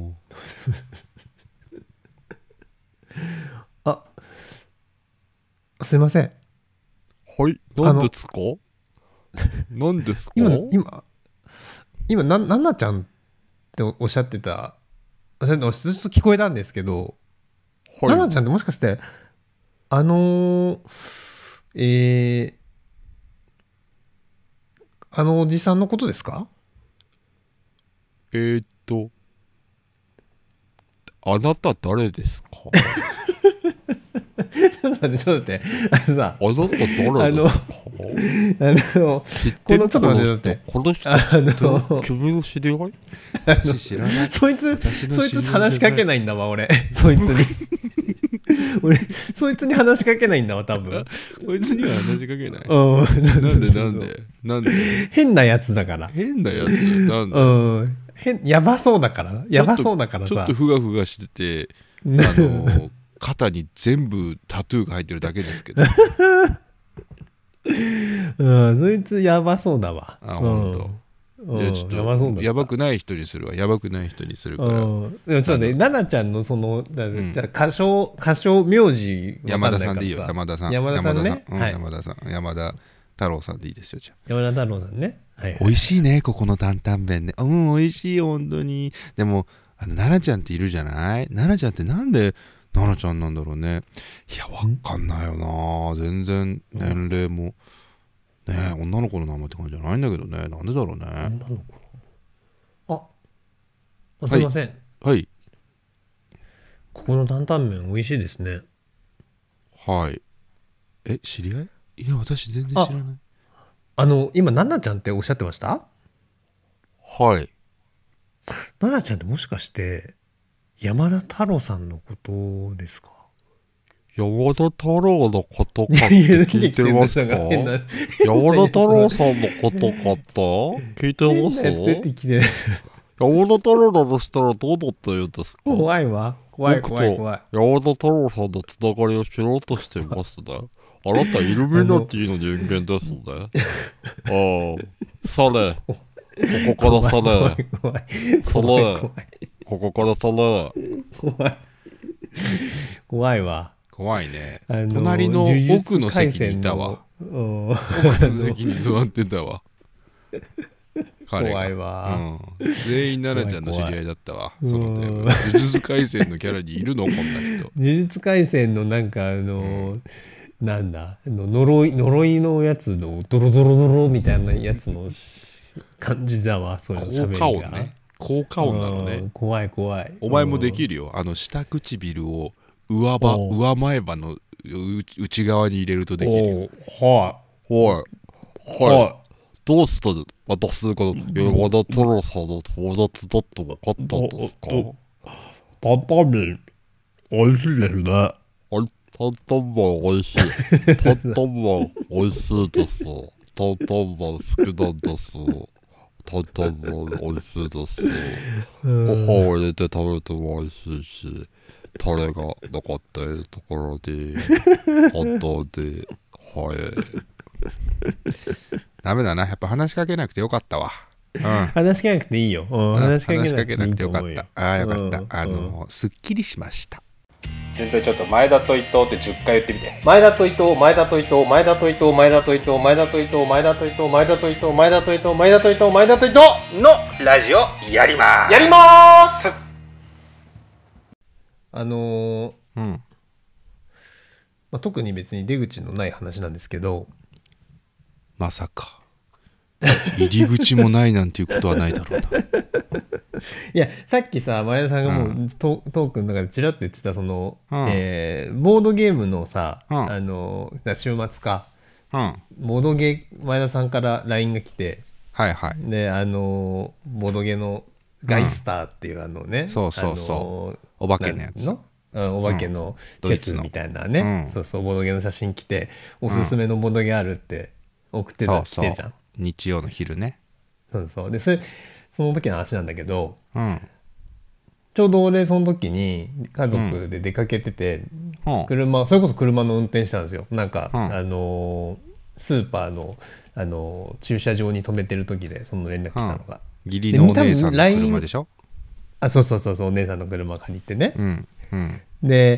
Speaker 2: すいません。
Speaker 1: はい、何ですか？何ですか？
Speaker 2: 今ななちゃんっておっしゃってた、ずっと聞こえたんですけど、ななちゃんってもしかしておじさんのことですか？
Speaker 1: あなた誰ですか？
Speaker 2: ちょっと待って、
Speaker 1: あなた誰ですか？
Speaker 2: このちょっと待って、
Speaker 1: この人君の知り合い？私知らない。
Speaker 2: そいつ話しかけないんだわ俺。そいつに俺そいつに話しかけないんだわ多分。
Speaker 1: こいつには話しかけない。なんで
Speaker 2: 変なやつだから。
Speaker 1: 変なやつなんで？
Speaker 2: やばそうだからさ。
Speaker 1: ちょっとふがふがしてて肩に全部タトゥーが入ってるだけですけど
Speaker 2: そいつやばそうだわ。
Speaker 1: 本当。いやちょっとやばくない人にするわ。やばくない人にするから。でも
Speaker 2: そうね、奈々ちゃんのそのじゃあ歌唱名字
Speaker 1: 山田さんでいいよ。山田さんね。山田さん、山田太郎さんでいいですよ。じゃあ
Speaker 2: 山田太郎さんね。
Speaker 1: 美味しいねここの担々麺ね。美味しい本当に。でも奈々ちゃんっているじゃない。奈々ちゃんってなんで奈々ちゃんなんだろうね。いやわかんないよな。全然年齢もね、女の子の名前って感じじゃないんだけどね。なんでだろうね。女の
Speaker 2: 子。すいません。
Speaker 1: はい。
Speaker 2: ここの担々麺美味しいですね。
Speaker 1: はい。知り合い？いや私全然知らない。
Speaker 2: 今奈々ちゃんっておっしゃってました？
Speaker 1: はい。
Speaker 2: 奈々ちゃんってもしかして山田太郎さんのことですか？
Speaker 1: 山田太郎のことかって聞いてますか？山田太郎さんのことかって聞いてます？山田太郎だとしたらどうだって言うんですか？
Speaker 2: 怖いわ。怖い。
Speaker 1: 山田太郎さんのつながりを知ろうとしていますね。あなたイルミナティの人間ですね。されここからされここからされ
Speaker 2: 怖いわ。
Speaker 1: 怖いね。隣の奥の席にいたわ。奥の席に座ってたわ。彼が
Speaker 2: 怖いわ。
Speaker 1: 全員奈々ちゃんの知り合いだったわ。その点呪術廻戦のキャラにいるのこんな人。
Speaker 2: 呪術廻戦のなんかなんだ呪いのやつのドロドロドロみたいなやつの感じだわ。それ
Speaker 1: 効果音ね。効果音なのね。
Speaker 2: 怖い。
Speaker 1: お前もできるよ。下唇を上前歯の内側に入れるとできるよ。
Speaker 2: はい。
Speaker 3: どうして私が山田太郎さんの友達だって分かったんですか？
Speaker 2: 担々麺美味しいですね。
Speaker 3: 担々麺美味しい。担々麺美味しいです。担々麺好きなんです。担々麺美味しいです。ご飯を入れて食べると美味しいし、タレが残っているところに本当にはい。
Speaker 1: ダメだな、やっぱ話しかけなくてよかったわ。
Speaker 2: 話しかけなくていいよ。
Speaker 1: 話しかけなくてよかった。ああよかった。すっきりしました。
Speaker 2: 順平ちょっと前田と伊藤って10回言ってみて。前田と伊藤、前田と伊藤、前田と伊藤、前田と伊藤、前田と伊藤、前田と伊藤、前田と伊藤、前田と伊藤、前田と伊藤、前田と伊藤のラジオやります。やります。特に別に出口のない話なんですけど、
Speaker 1: まさか入り口もないなんていうことはないだろうな。
Speaker 2: いやさっきさ前田さんがもう、トークの中でちらっと言ってたその、ボードゲームのさ、週末か、ボードゲー前田さんから LINE が来て、
Speaker 1: はいはい、
Speaker 2: でボードゲーのガイスターっていう
Speaker 1: そうそうそう、お化けのやつの
Speaker 2: お化けのチェスみたいなね、そうそうボードゲーの写真来て、おすすめのボードゲーあるって送ってた、来てるじゃん、
Speaker 1: 日曜の昼ね。
Speaker 2: そうそうでその時の話なんだけど、ちょうど俺その時に家族で出かけてて、それこそ車の運転したんですよ。なんか、スーパーの駐車場に止めてる時でその連絡来たのが、
Speaker 1: 義理のお姉さんの車でしょ。
Speaker 2: そうお姉さんの車借りてね、で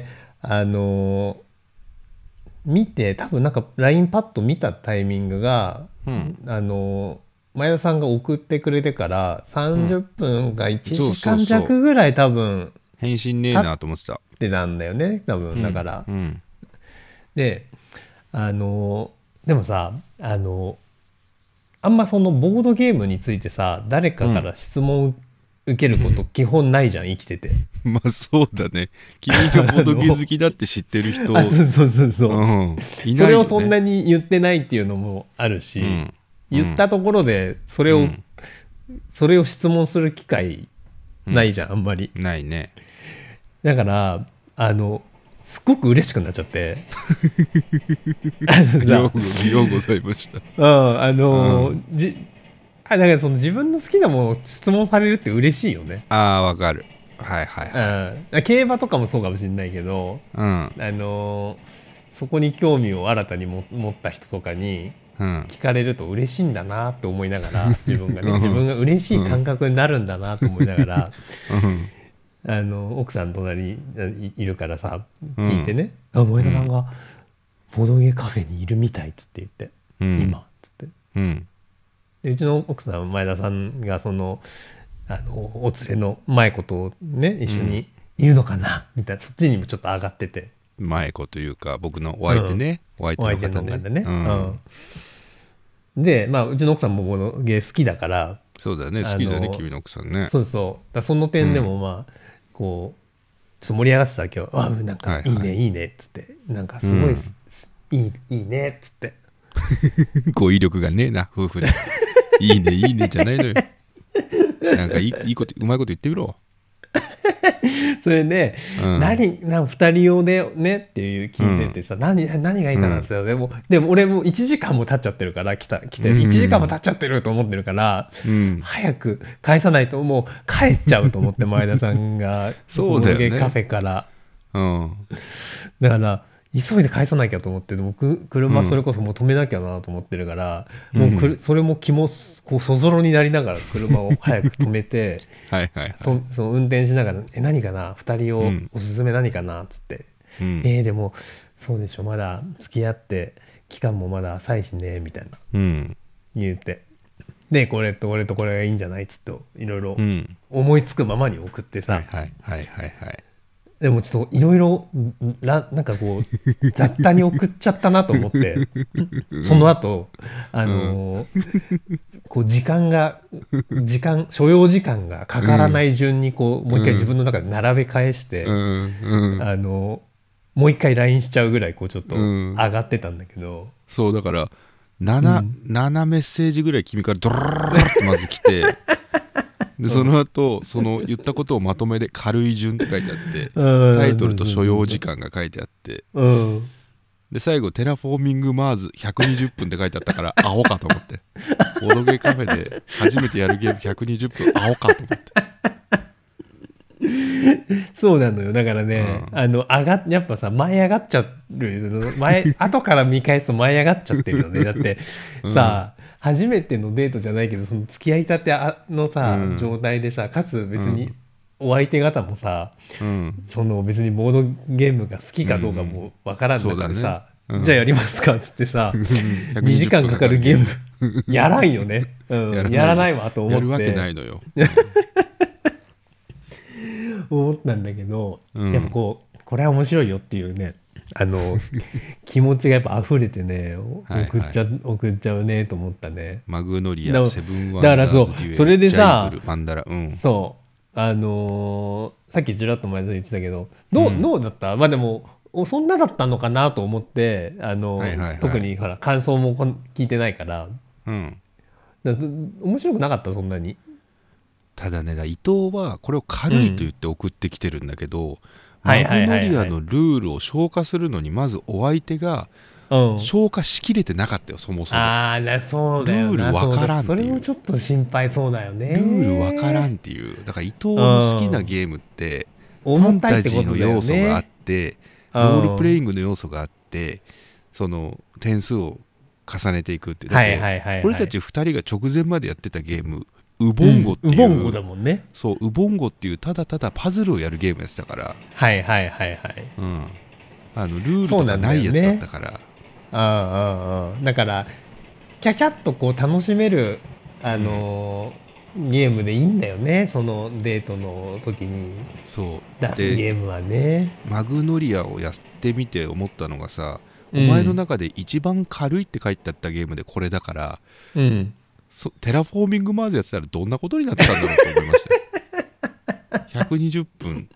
Speaker 2: 見て多分なんか LINE パッと見たタイミングが、前田さんが送ってくれてから30分が1時間弱ぐらい多分
Speaker 1: 返信ねえなと思ってた
Speaker 2: ってなんだよね多分、だから、ででもさあんまそのボードゲームについてさ誰かから質問を受けること基本ないじゃん、生きてて。
Speaker 1: まあそうだね。君がボードゲー好きだって知ってる人
Speaker 2: そう、いないね、それをそんなに言ってないっていうのもあるし、言ったところでそれを質問する機会ないじゃん、あんまり
Speaker 1: ないね。
Speaker 2: だからすっごく嬉しくなっちゃって
Speaker 1: ようございました。
Speaker 2: だからその自分の好きなものを質問されるって嬉しいよね。
Speaker 1: わかる。はい、
Speaker 2: 競馬とかもそうかもしれないけど、そこに興味を新たに持った人とかに聞かれると嬉しいんだなって思いながら、自分が嬉しい感覚になるんだなと思いながら、奥さん隣にいるからさ聞いてね、前田さんがボードゲーカフェにいるみたいっつって言って、今っつって、でうちの奥さん前田さんがそのお連れの舞子とね一緒にいるのかな、みたいな、そっちにもちょっと上がってて、
Speaker 1: 舞子というか僕のお相手ね、お相手の方ね、でうちの奥さんもボードゲー好きだから、 そうだね、好きだね君の奥さんね。
Speaker 2: そうその点でもこうちょっと盛り上がってたわけど、なんかいいねっつって、なんかすごいいいねっつって
Speaker 1: 語彙力がねえな夫婦でいいねじゃないのよ。なんかいいことうまいこと言ってみろ。
Speaker 2: それで、2人用でねっていう聞いててさ、何がいいかなんですよ、でも俺も1時間も経っちゃってるから来て1時間も経っちゃってると思ってるから、早く返さないともう帰っちゃうと思って前田さんがボードゲーカフェから、だから急いで返さなきゃと思って、僕車それこそもう止めなきゃなと思ってるから、もうそれも気もこうそぞろになりながら車を早く止めてその運転しながら何かな2人をおすすめ何かなっつって、でもそうでしょ、まだ付き合って期間もまだ浅いしねみたいな、言って、でこれとこれがいいんじゃないっつっていろいろ思いつくままに送ってさ、でもちょっといろいろなんかこう雑多に送っちゃったなと思ってその後こう所要時間がかからない順にこう、もう一回自分の中で並べ返して、もう一回 LINE しちゃうぐらいこうちょっと上がってたんだけど、
Speaker 1: そうだから 7メッセージぐらい君からドラララってまず来てでその後その言ったことをまとめで軽い順って書いてあってタイトルと所要時間が書いてあってで最後テラフォーミングマーズ120分って書いてあったからアホかと思ってボドゲカフェで初めてやるゲーム120分アホかと思って
Speaker 2: そうなのよだからね、やっぱさ舞い上がっちゃう後から見返すと舞い上がっちゃってるよねだってさ、初めてのデートじゃないけどその付き合いたてのさ、状態でさかつ別にお相手方もさ、その別にボードゲームが好きかどうかもわからん中でさ、じゃあやりますかっつってさ2時間かかるゲームやらんよね、やらないわと思って
Speaker 1: やるわけないのよ
Speaker 2: 思ったんだけど、やっぱこれは面白いよっていうね気持ちがやっぱ溢れてね送っちゃうねと思ったね。
Speaker 1: マグノリアセブンワン
Speaker 2: ダーだからそれでさ
Speaker 1: パンダラ、
Speaker 2: そうさっきちらっと前で言ってたけどどうだった？まあでもそんなだったのかなと思って特にほら感想も聞いてないから、面白くなかったそんなに。
Speaker 1: ただね伊藤はこれを軽いと言って送ってきてるんだけど、マグノリアのルールを消化するのにまずお相手が消化しきれてなかったよそもそも。
Speaker 2: そうだよな。
Speaker 1: ルールわからんっていう。
Speaker 2: それもちょっと心配そうだよね。
Speaker 1: ルールわからんっていう。だから伊藤の好きなゲームってファンタジーの要素があってロールプレイングの要素があってその点数を重ねていくっていう。俺たち2人が直前までやってたゲームウボンゴっていう、
Speaker 2: ウボンゴだもんね。
Speaker 1: そうウボンゴっていうただただパズルをやるゲームやってたから、ルールとかないやつだったから、
Speaker 2: だからキャキャッとこう楽しめるゲームでいいんだよね、そのデートの時に出すゲームはね。
Speaker 1: マグノリアをやってみて思ったのがさ、お前の中で一番軽いって書いてあったゲームでこれだから、テラフォーミングマーズやってたらどんなことになってたんだろうと思いましたよ120分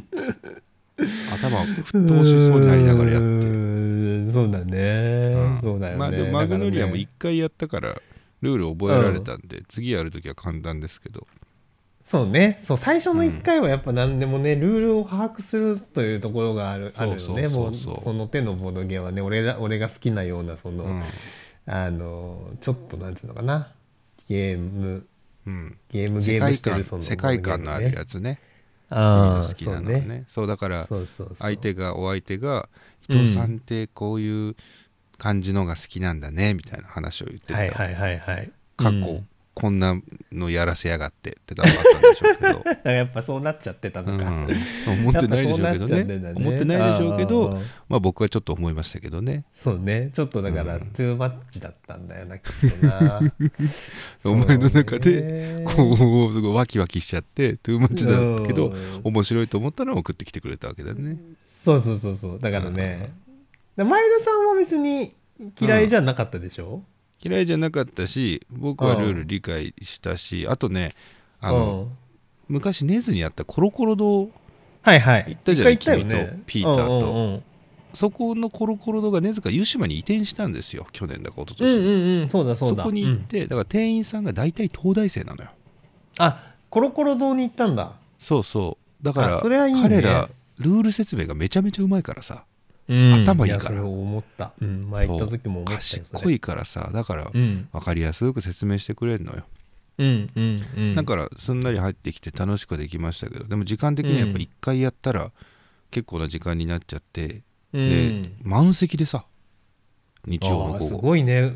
Speaker 1: 頭沸騰しそうになりながらやって
Speaker 2: そうだね、そうだよね。
Speaker 1: まあでもマグノリアも1回やったからルール覚えられたんで、次やるときは簡単ですけど。
Speaker 2: そうね、最初の1回はやっぱ何でもね、ルールを把握するというところがあるよね。もうその手のボードゲームはね、俺が好きなようなその、ちょっとなんていうのかな、ゲームしてるその
Speaker 1: 世界観のあるやつね。
Speaker 2: 好
Speaker 1: きなのね。そうだからお相手が伊藤さんってこういう感じのが好きなんだねみたいな話を言ってた。過去こんなのやらせやがってってだったんでしょうけど
Speaker 2: やっぱそうなっちゃってたのか、
Speaker 1: 思ってないでしょうけどね。思ってないでしょうけど、まあ僕はちょっと思いましたけどね。
Speaker 2: そうね、ちょっとだからトゥーマッチだったんだよな、きっとな
Speaker 1: お前の中でこうすごいワキワキしちゃってトゥーマッチだけど面白いと思ったのを送ってきてくれたわけだね。
Speaker 2: そうだからね、前田さんは別に嫌いじゃなかったでしょ。
Speaker 1: 嫌いじゃなかったし、僕はルール理解したし、あとね昔根津にあったコロコロ堂行ったじゃない、君とピーターと。そこのコロコロ堂が根津から湯島に移転したんですよ、去年だか一昨年。そこに行って、だから店員さんが大体東大生なのよ。
Speaker 2: コロコロ堂に行ったんだ。
Speaker 1: そうだから彼らルール説明がめちゃめちゃうまいからさ、頭いいから。
Speaker 2: それを思った。前行った時も思ったよ。
Speaker 1: 賢いからさ、だから分かりやすく説明してくれるのよ。だからすんなり入ってきて楽しくできましたけど、でも時間的にはやっぱ1回やったら結構な時間になっちゃって、で満席でさ、日曜の午後
Speaker 2: すごいね。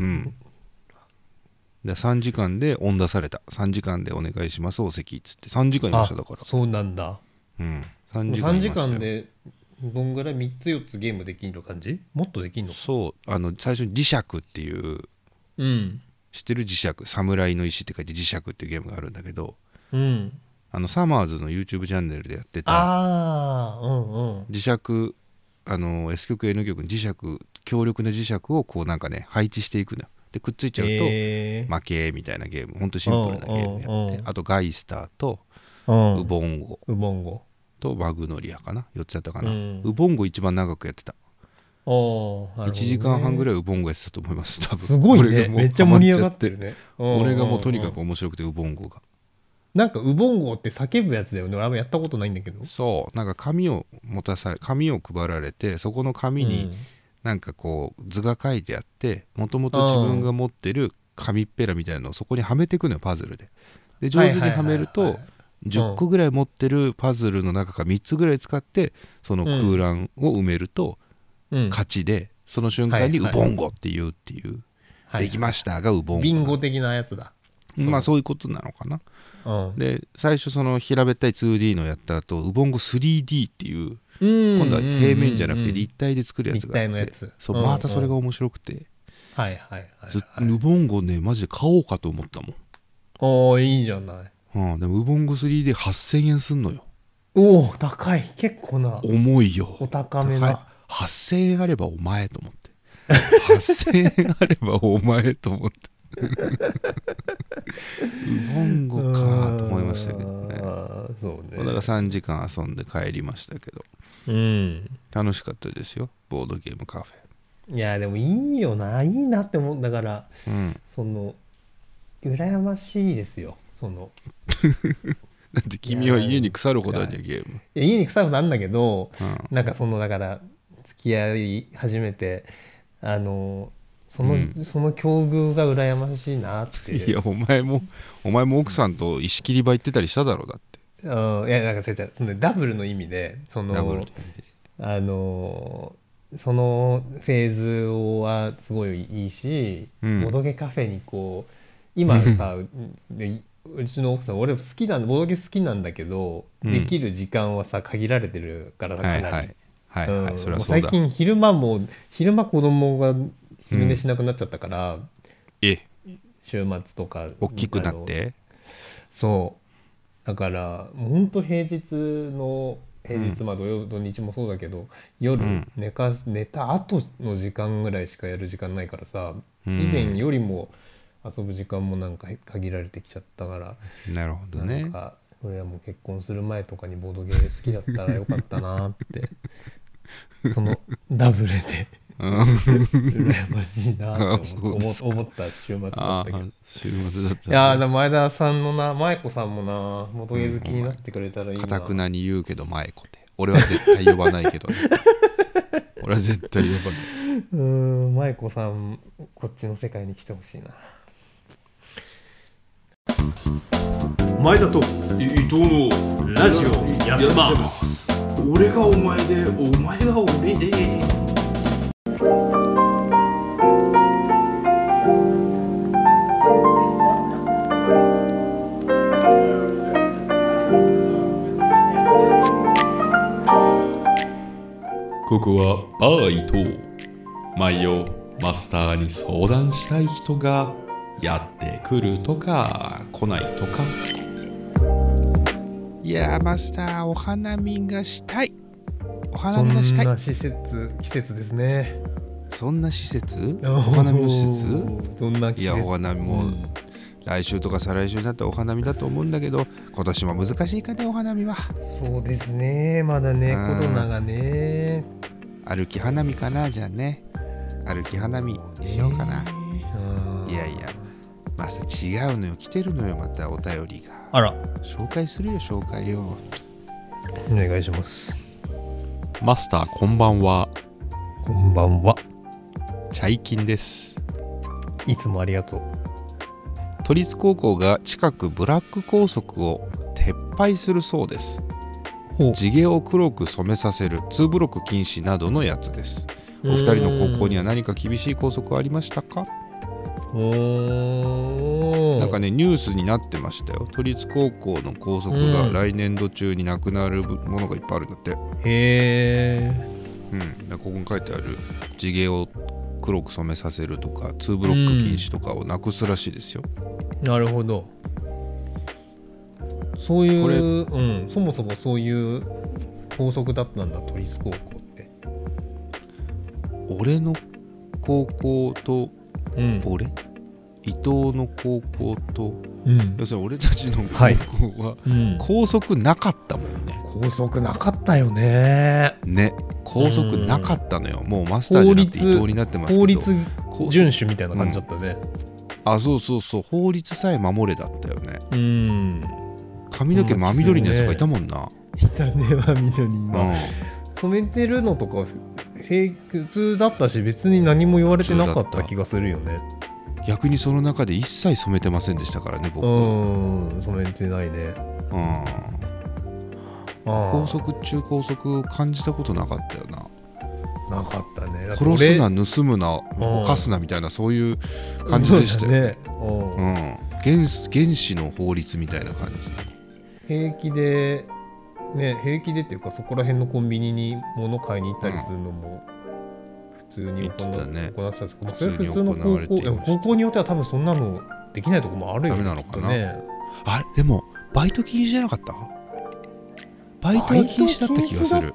Speaker 1: で3時間で恩出された。3時間でお願いしますお席っつって3時間いました。だから
Speaker 2: そうなんだ。3時間でどんぐらい3つ4つゲームできる感じ？もっとできんの？
Speaker 1: そう最初に磁石っていう、知ってる？磁石、侍の石って書いて磁石っていうゲームがあるんだけど、サマーズの YouTube チャンネルでやってた磁石、S 極 N 極の磁石、強力な磁石をこうなんかね配置していくのよ。でくっついちゃうと負けみたいなゲーム、ほんとシンプルなゲームやって、あとガイスターとウボンゴとマグノリアかな、4つやったかな。ウボンゴ一番長くやってた。 1時間半ぐらいウボンゴやってたと思います多分。
Speaker 2: すごいね、めっちゃ盛り上がってるね。
Speaker 1: 俺がもうとにかく面白くてウボンゴが。
Speaker 2: なんかウボンゴって叫ぶやつだよね。俺あんまやったことないんだけど。
Speaker 1: そうなんか紙を配られて、そこの紙になんかこう図が書いてあって、もともと自分が持ってる紙っぺらみたいなのをそこにはめていくのよ、パズルで。で上手にはめると10個ぐらい持ってるパズルの中から3つぐらい使ってその空欄を埋めると勝ちで、その瞬間にウボンゴっていうできましたがウボンゴ。
Speaker 2: ビンゴ的なやつだ。
Speaker 1: まあそういうことなのかな。で最初その平べったい 2D のやった後ウボンゴ 3D っていう今度は平面じゃなくて立体で作るやつがあって、そうまたそれが面白くて、ウボンゴねマジで買おうかと思ったもん。
Speaker 2: おーいいじゃない。
Speaker 1: でもウボンゴ 3D 8000円すんのよ。
Speaker 2: おお高い、結構な。
Speaker 1: 重いよ。
Speaker 2: お高めな。
Speaker 1: 8000円あればお前と思って8000円あればお前と思ってウボンゴかと思いましたけどね。そうね。だから3時間遊んで帰りましたけど、楽しかったですよ、ボードゲームカフ
Speaker 2: ェ。いやでもいいよな、いいなって思うんだから、その羨ましいですよ。その
Speaker 1: だって君は家に腐るほどあるよゲーム。
Speaker 2: いや家に腐るほどあるんだけど、なんかそのだから付き合い始めてその境遇が羨ましいなって。
Speaker 1: いやお前も奥さんと石切り場行ってたりしただろうだって。
Speaker 2: いやなんか違うそのダブルの意味でそのそのフェーズはすごいいいし、ボドゲカフェにこう今さうちの奥さん俺好きなんボドゲ好きなんだけど、できる時間はさ限られてるからかなり。最近昼間子供が昼寝しなくなっちゃったから、週末とか
Speaker 1: 大きくなって、
Speaker 2: そうだからもうほんと平日まあ土日もそうだけど夜寝た後の時間ぐらいしかやる時間ないからさ、以前よりも遊ぶ時間もなんか限られてきちゃったから。
Speaker 1: なるほどね。
Speaker 2: なんか俺はもう結婚する前とかにボードゲー好きだったらよかったなってそのダブルで羨ましいなって思った週末だったけど。
Speaker 1: 週末だった、ね、
Speaker 2: いやでも前田さんの舞子さんもなボードゲー好きになってくれたらいいな。
Speaker 1: かたくなに言うけど舞子って俺は絶対呼ばないけど、ね、俺は絶対呼ば
Speaker 2: ない。舞子さんこっちの世界に来てほしいな。
Speaker 4: 前田と伊藤のラジオやってます。俺がお前でお前が俺で。
Speaker 1: ここはバー伊藤。毎夜マスターに相談したい人がやってくるとか来ないとか。いやマスターお花見がしたい。お花見がしたい。
Speaker 2: そんな季節ですね。
Speaker 1: そんな施設？お花見の施設？
Speaker 2: そんな季節。
Speaker 1: いやお花見も、来週とか再来週になったらお花見だと思うんだけど、今年も難しいかねお花見は。
Speaker 2: そうですね、まだね、コロナがね。
Speaker 1: 歩き花見かな。じゃあね歩き花見しようかな。いやまさ違うのよ、来てるのよまたお便りが。
Speaker 2: あら
Speaker 1: 紹介するよ紹介よ。
Speaker 2: お願いします。
Speaker 1: マスターこんばんは。
Speaker 2: こんばんは。
Speaker 1: チャイキンです。
Speaker 2: いつもありがとう。
Speaker 1: 都立高校が近くブラック校則を撤廃するそうです。地毛を黒く染めさせる、2ブロック禁止などのやつです。お二人の高校には何か厳しい校則はありましたか？なんかねニュースになってましたよ。都立高校の校則が来年度中になくなるものがいっぱいあるんだって。
Speaker 2: へ
Speaker 1: ここに書いてある地毛を黒く染めさせるとか2ブロック禁止とかをなくすらしいですよ。
Speaker 2: なるほど。そういうそもそもそういう校則だったんだ都立高校って。
Speaker 1: 俺の高校と、伊藤の高校と要するに俺たちの高校は校則なかったもんね。
Speaker 2: 校則なかったよね。
Speaker 1: 校則なかったのよ。もうマスターじゃなくて伊藤になってますけど、
Speaker 2: 法律遵守みたいな感じだったね。
Speaker 1: そう法律さえ守れだったよね。髪の毛真緑のやつがいたもんな。
Speaker 2: いたね、真緑に。染めてるのとか普通だったし、別に何も言われてなかった気がするよね。
Speaker 1: 逆にその中で一切染めてませんでしたからね、僕。
Speaker 2: 染めてないね。
Speaker 1: 校則中校則を感じたことなかったよな。
Speaker 2: なかったね。
Speaker 1: 殺すな、盗むな、犯すなみたいな、そういう感じでしたよね。原始の法律みたいな感じ。
Speaker 2: 平気でっていうか、そこら辺のコンビニに物買いに行ったりするのも普通に行ってたんですけど、それ普通の高校によっては多分そんなのできないとこもあるよね。
Speaker 1: ダメなのかな。でもバイト禁止じゃなかった？バイトは禁止だった気がする。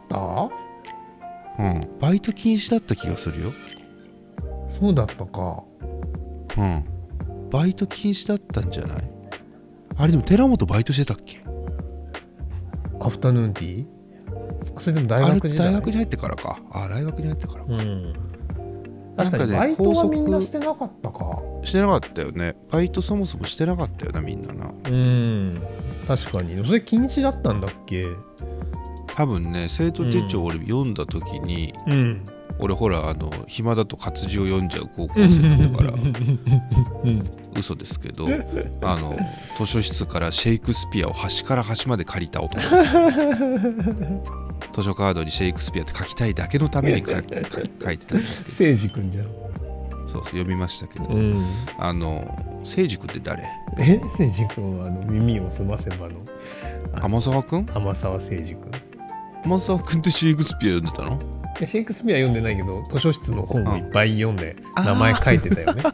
Speaker 1: バイト禁止だった気がするよ。
Speaker 2: そうだったか。
Speaker 1: バイト禁止だったんじゃない？あれでも寺本バイトしてたっけ？
Speaker 2: アフタヌーンティー？それでも大学時代？
Speaker 1: 大学に入ってからか。大学に入ってからか。
Speaker 2: 確かにバイトはみんなしてなかったか。
Speaker 1: してなかったよね。バイトそもそもしてなかったよな、みんなな。
Speaker 2: 確かに。それ禁止だったんだっけ？
Speaker 1: 多分ね、生徒手帳俺読んだ時に、俺ほら暇だと活字を読んじゃう高校生だったから嘘ですけど、図書室からシェイクスピアを端から端まで借りた男ですよ。図書カードにシェイクスピアって書きたいだけのために書いてたんですけど。
Speaker 2: 聖司君じゃん。
Speaker 1: そう読みましたけど、聖司君って誰？
Speaker 2: 聖司君は耳をすませばの
Speaker 1: 天沢君？
Speaker 2: 天沢聖司君。
Speaker 1: 天沢君ってシェイクスピア読んでたの？
Speaker 2: シェイクスピア読んでないけど、図書室の本をいっぱい読んで名前書いてたよね。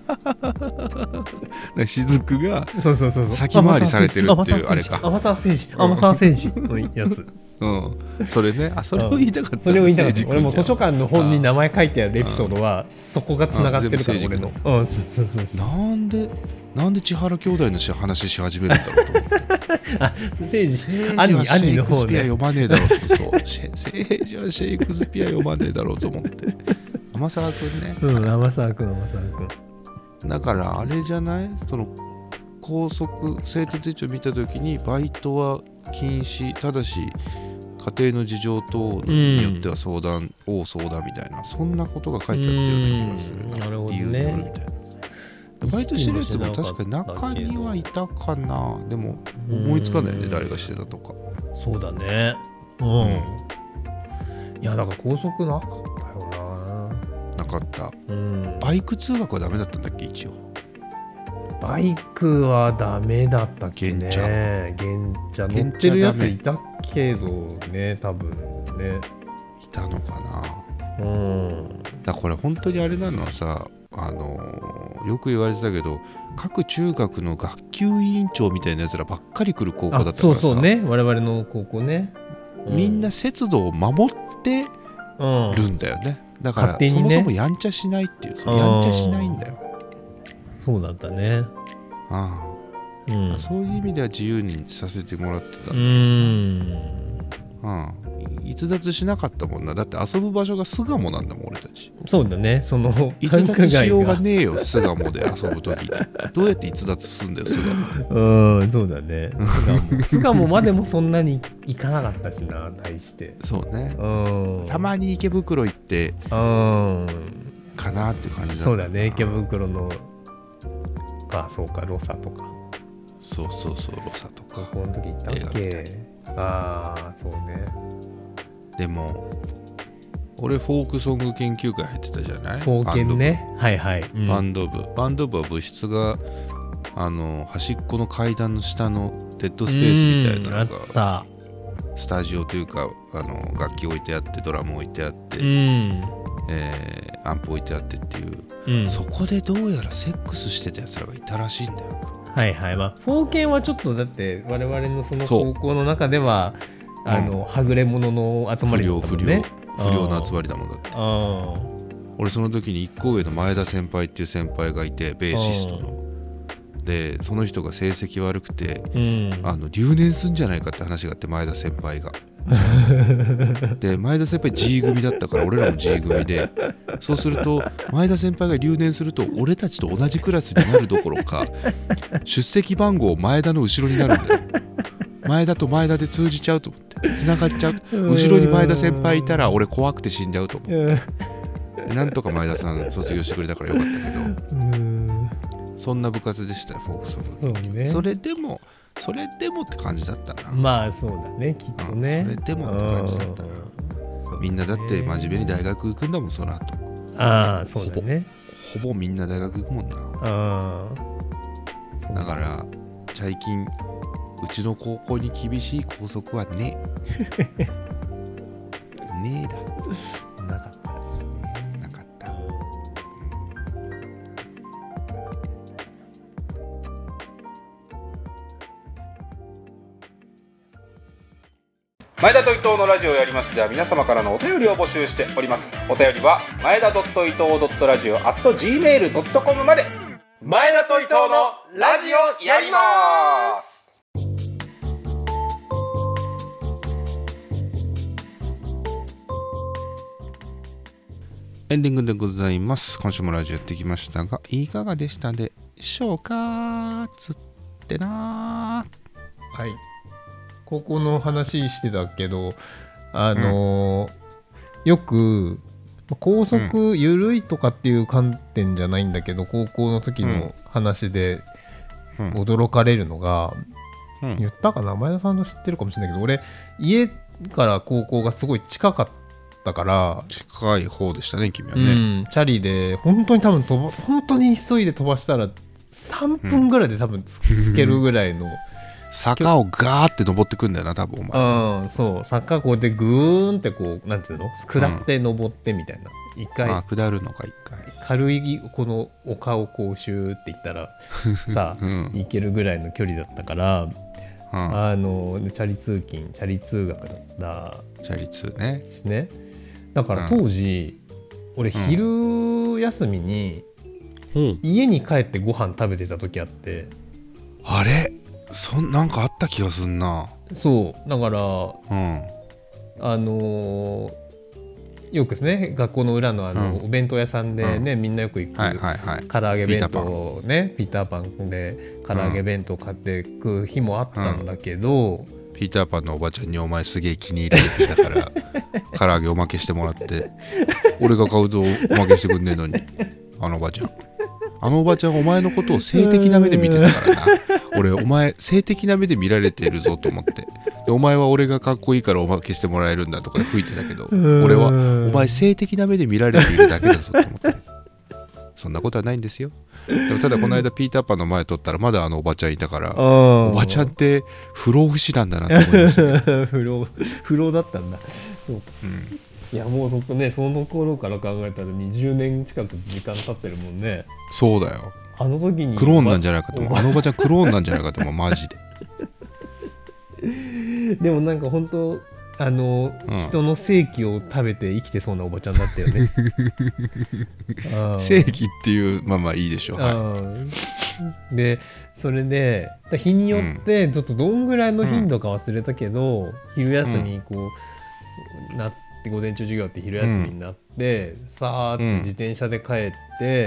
Speaker 1: 雫が先回りされてるっていうあれか。
Speaker 2: 天沢聖司のやつ。
Speaker 1: それね。それを言いたかった。
Speaker 2: それを言いたかった。俺も図書館の本に名前書いてあるエピソードはそこがつながってるから、俺の。
Speaker 1: なんで千原兄弟の話し始めるんだろうと思って。
Speaker 2: 聖司兄の方ね。
Speaker 1: シェイクスピア読まねえだろうと。聖司はシェイクスピア読まねえだろうと思って。天沢くんね。
Speaker 2: 天沢くん。
Speaker 1: だからあれじゃない？その校則生徒手帳見たときにバイトは禁止、ただし家庭の事情等によっては相談みたいな、そんなことが書いてあったような気がするな。
Speaker 2: なるほどね。
Speaker 1: 理由によるみたいな。バイトしてるやつも確かに中にはいたかな。でも思いつかないよね、誰がしてたとか。
Speaker 2: そうだね。いやだから校則なかったよ
Speaker 1: な。なかった。バイク通学はダメだったんだっけ？一応
Speaker 2: バイクはダメだったっけね。原茶乗ってるやついたけどね、多分ね。
Speaker 1: いたのかな。だこれ本当にあれなのはさ、よく言われてたけど、各中学の学級委員長みたいなやつらばっかり来る高校だったからさ。
Speaker 2: そうね、我々の高校ね。
Speaker 1: みんな節度を守ってるんだよね。だから
Speaker 2: そも
Speaker 1: そもやんちゃしないっていう、やんちゃしないんだよ。
Speaker 2: そうだったね。
Speaker 1: そういう意味では自由にさせてもらってた。逸脱しなかったもんな。だって遊ぶ場所が巣鴨なんだもん、俺たち。
Speaker 2: そうだね。その
Speaker 1: 逸脱しようがねえよ、巣鴨で遊ぶときに。どうやって逸脱するんだよ、巣鴨
Speaker 2: で。そうだね。巣鴨までもそんなに行かなかったしな、対して。
Speaker 1: そうね。たまに池袋行ってかなって感じだった。
Speaker 2: そうだね、池袋のそうか、ロサとか。
Speaker 1: そうロサとか。
Speaker 2: この時行ったっけ？そうね。
Speaker 1: でも俺フォークソング研究会入ってたじゃない？
Speaker 2: フォーケンね。はいはい。
Speaker 1: バンド部は部室が端っこの階段の下のデッドスペースみたいなのがスタジオというか楽器置いてあって、ドラム置いてあって、アンプ置いてあってっていう、そこでどうやらセックスしてたやつらがいたらしいんだよ。
Speaker 2: はいはい。フォーケンはちょっとだって我々のその高校の中でははぐれ者の集まりだったもんね。
Speaker 1: 不良の集まりだもんだって。俺その時に1個上の前田先輩っていう先輩がいて、ベーシストのでその人が成績悪くて、留年すんじゃないかって話があって、前田先輩がで前田先輩 G 組だったから俺らも G 組で、そうすると前田先輩が留年すると俺たちと同じクラスになるどころか出席番号前田の後ろになるんだよ。前田と前田で通じちゃうと思って繋がっちゃう、後ろに前田先輩いたら俺怖くて死んじゃうと思ってなんとか前田さん卒業してくれたからよかったけど、そんな部活でしたよ、フォークソング。そうね、それでもって感じだったな。
Speaker 2: まあそうだね、きっとね、
Speaker 1: それでもって感じだったな。みんなだって真面目に大学行くんだもん、その後。
Speaker 2: ああ、そうだね。
Speaker 1: ほぼみんな大学行くもんな。だから最近うちの高校に厳しい校則はねえねえだ。
Speaker 2: なかったですね。
Speaker 1: なかった。前田と伊藤のラジオをやりますでは、皆様からのお便りを募集しております。お便りは前田伊藤.radio@gmail.com まで。前田と伊藤のラジオやります。エンディングでございます。今週もラジオやってきましたが、いかがでしたでしょうか。つってな。
Speaker 2: はい、高校の話してたけど、よく校則緩いとかっていう観点じゃないんだけど、高校の時の話で驚かれるのが、言ったかな、前田さんの知ってるかもしれないけど、俺家から高校がすごい近かったから、
Speaker 1: 近い方でしたね、君はね。
Speaker 2: チャリで本当に多分本当に急いで飛ばしたら3分ぐらいで多分つけるぐらいの
Speaker 1: 坂をガーって登ってくんだよな、多分お前。
Speaker 2: そう、坂こうでグーンってこう、なんていうの、下って登ってみたいな。一回
Speaker 1: 下るのか、一回
Speaker 2: 軽いこの丘をこうシューっていったらさ、行けるぐらいの距離だったから、チャリ通勤、チャリ通学だった
Speaker 1: チャリ通ね。
Speaker 2: だから当時、俺昼休みに家に帰ってご飯食べてた時あって、
Speaker 1: あれなんかあった気がすんな。
Speaker 2: そうだから、よくですね、学校の裏のお弁当屋さんでね、みんなよく行く唐揚げ弁当ね、ピーターパンで唐揚げ弁当買って食う日もあったんだけど、
Speaker 1: ピーターパンのおばちゃんにお前すげえ気に入られてたから唐揚げおまけしてもらって、俺が買うとおまけしてくんねえのに、あのおばちゃんお前のことを性的な目で見てたからな。俺お前性的な目で見られてるぞと思って、でお前は俺がかっこいいからおまけしてもらえるんだとかで吹いてたけど、俺はお前性的な目で見られているだけだぞと思って。そんなことはないんですよ。でもただこの間ピーターパンの前撮ったらまだおばちゃんいたから、おばちゃんって不老不死なんだなと思いましたけど
Speaker 2: 不老だったんだ。そう、いやもうその頃から考えたら20年近く時間経ってるもんね。
Speaker 1: そうだよ。
Speaker 2: あの時に
Speaker 1: クローンなんじゃないかと思う。あのおばちゃんクローンなんじゃないかと思う、マジで。
Speaker 2: でもなんか本当人の正気を食べて生きてそうなおばちゃんだったよね。
Speaker 1: 正気っていうまあいいでしょう。
Speaker 2: でそれで日によってちょっとどんぐらいの頻度か忘れたけど、昼休みこうなって午前中授業って昼休みになって、さーって自転車で帰って、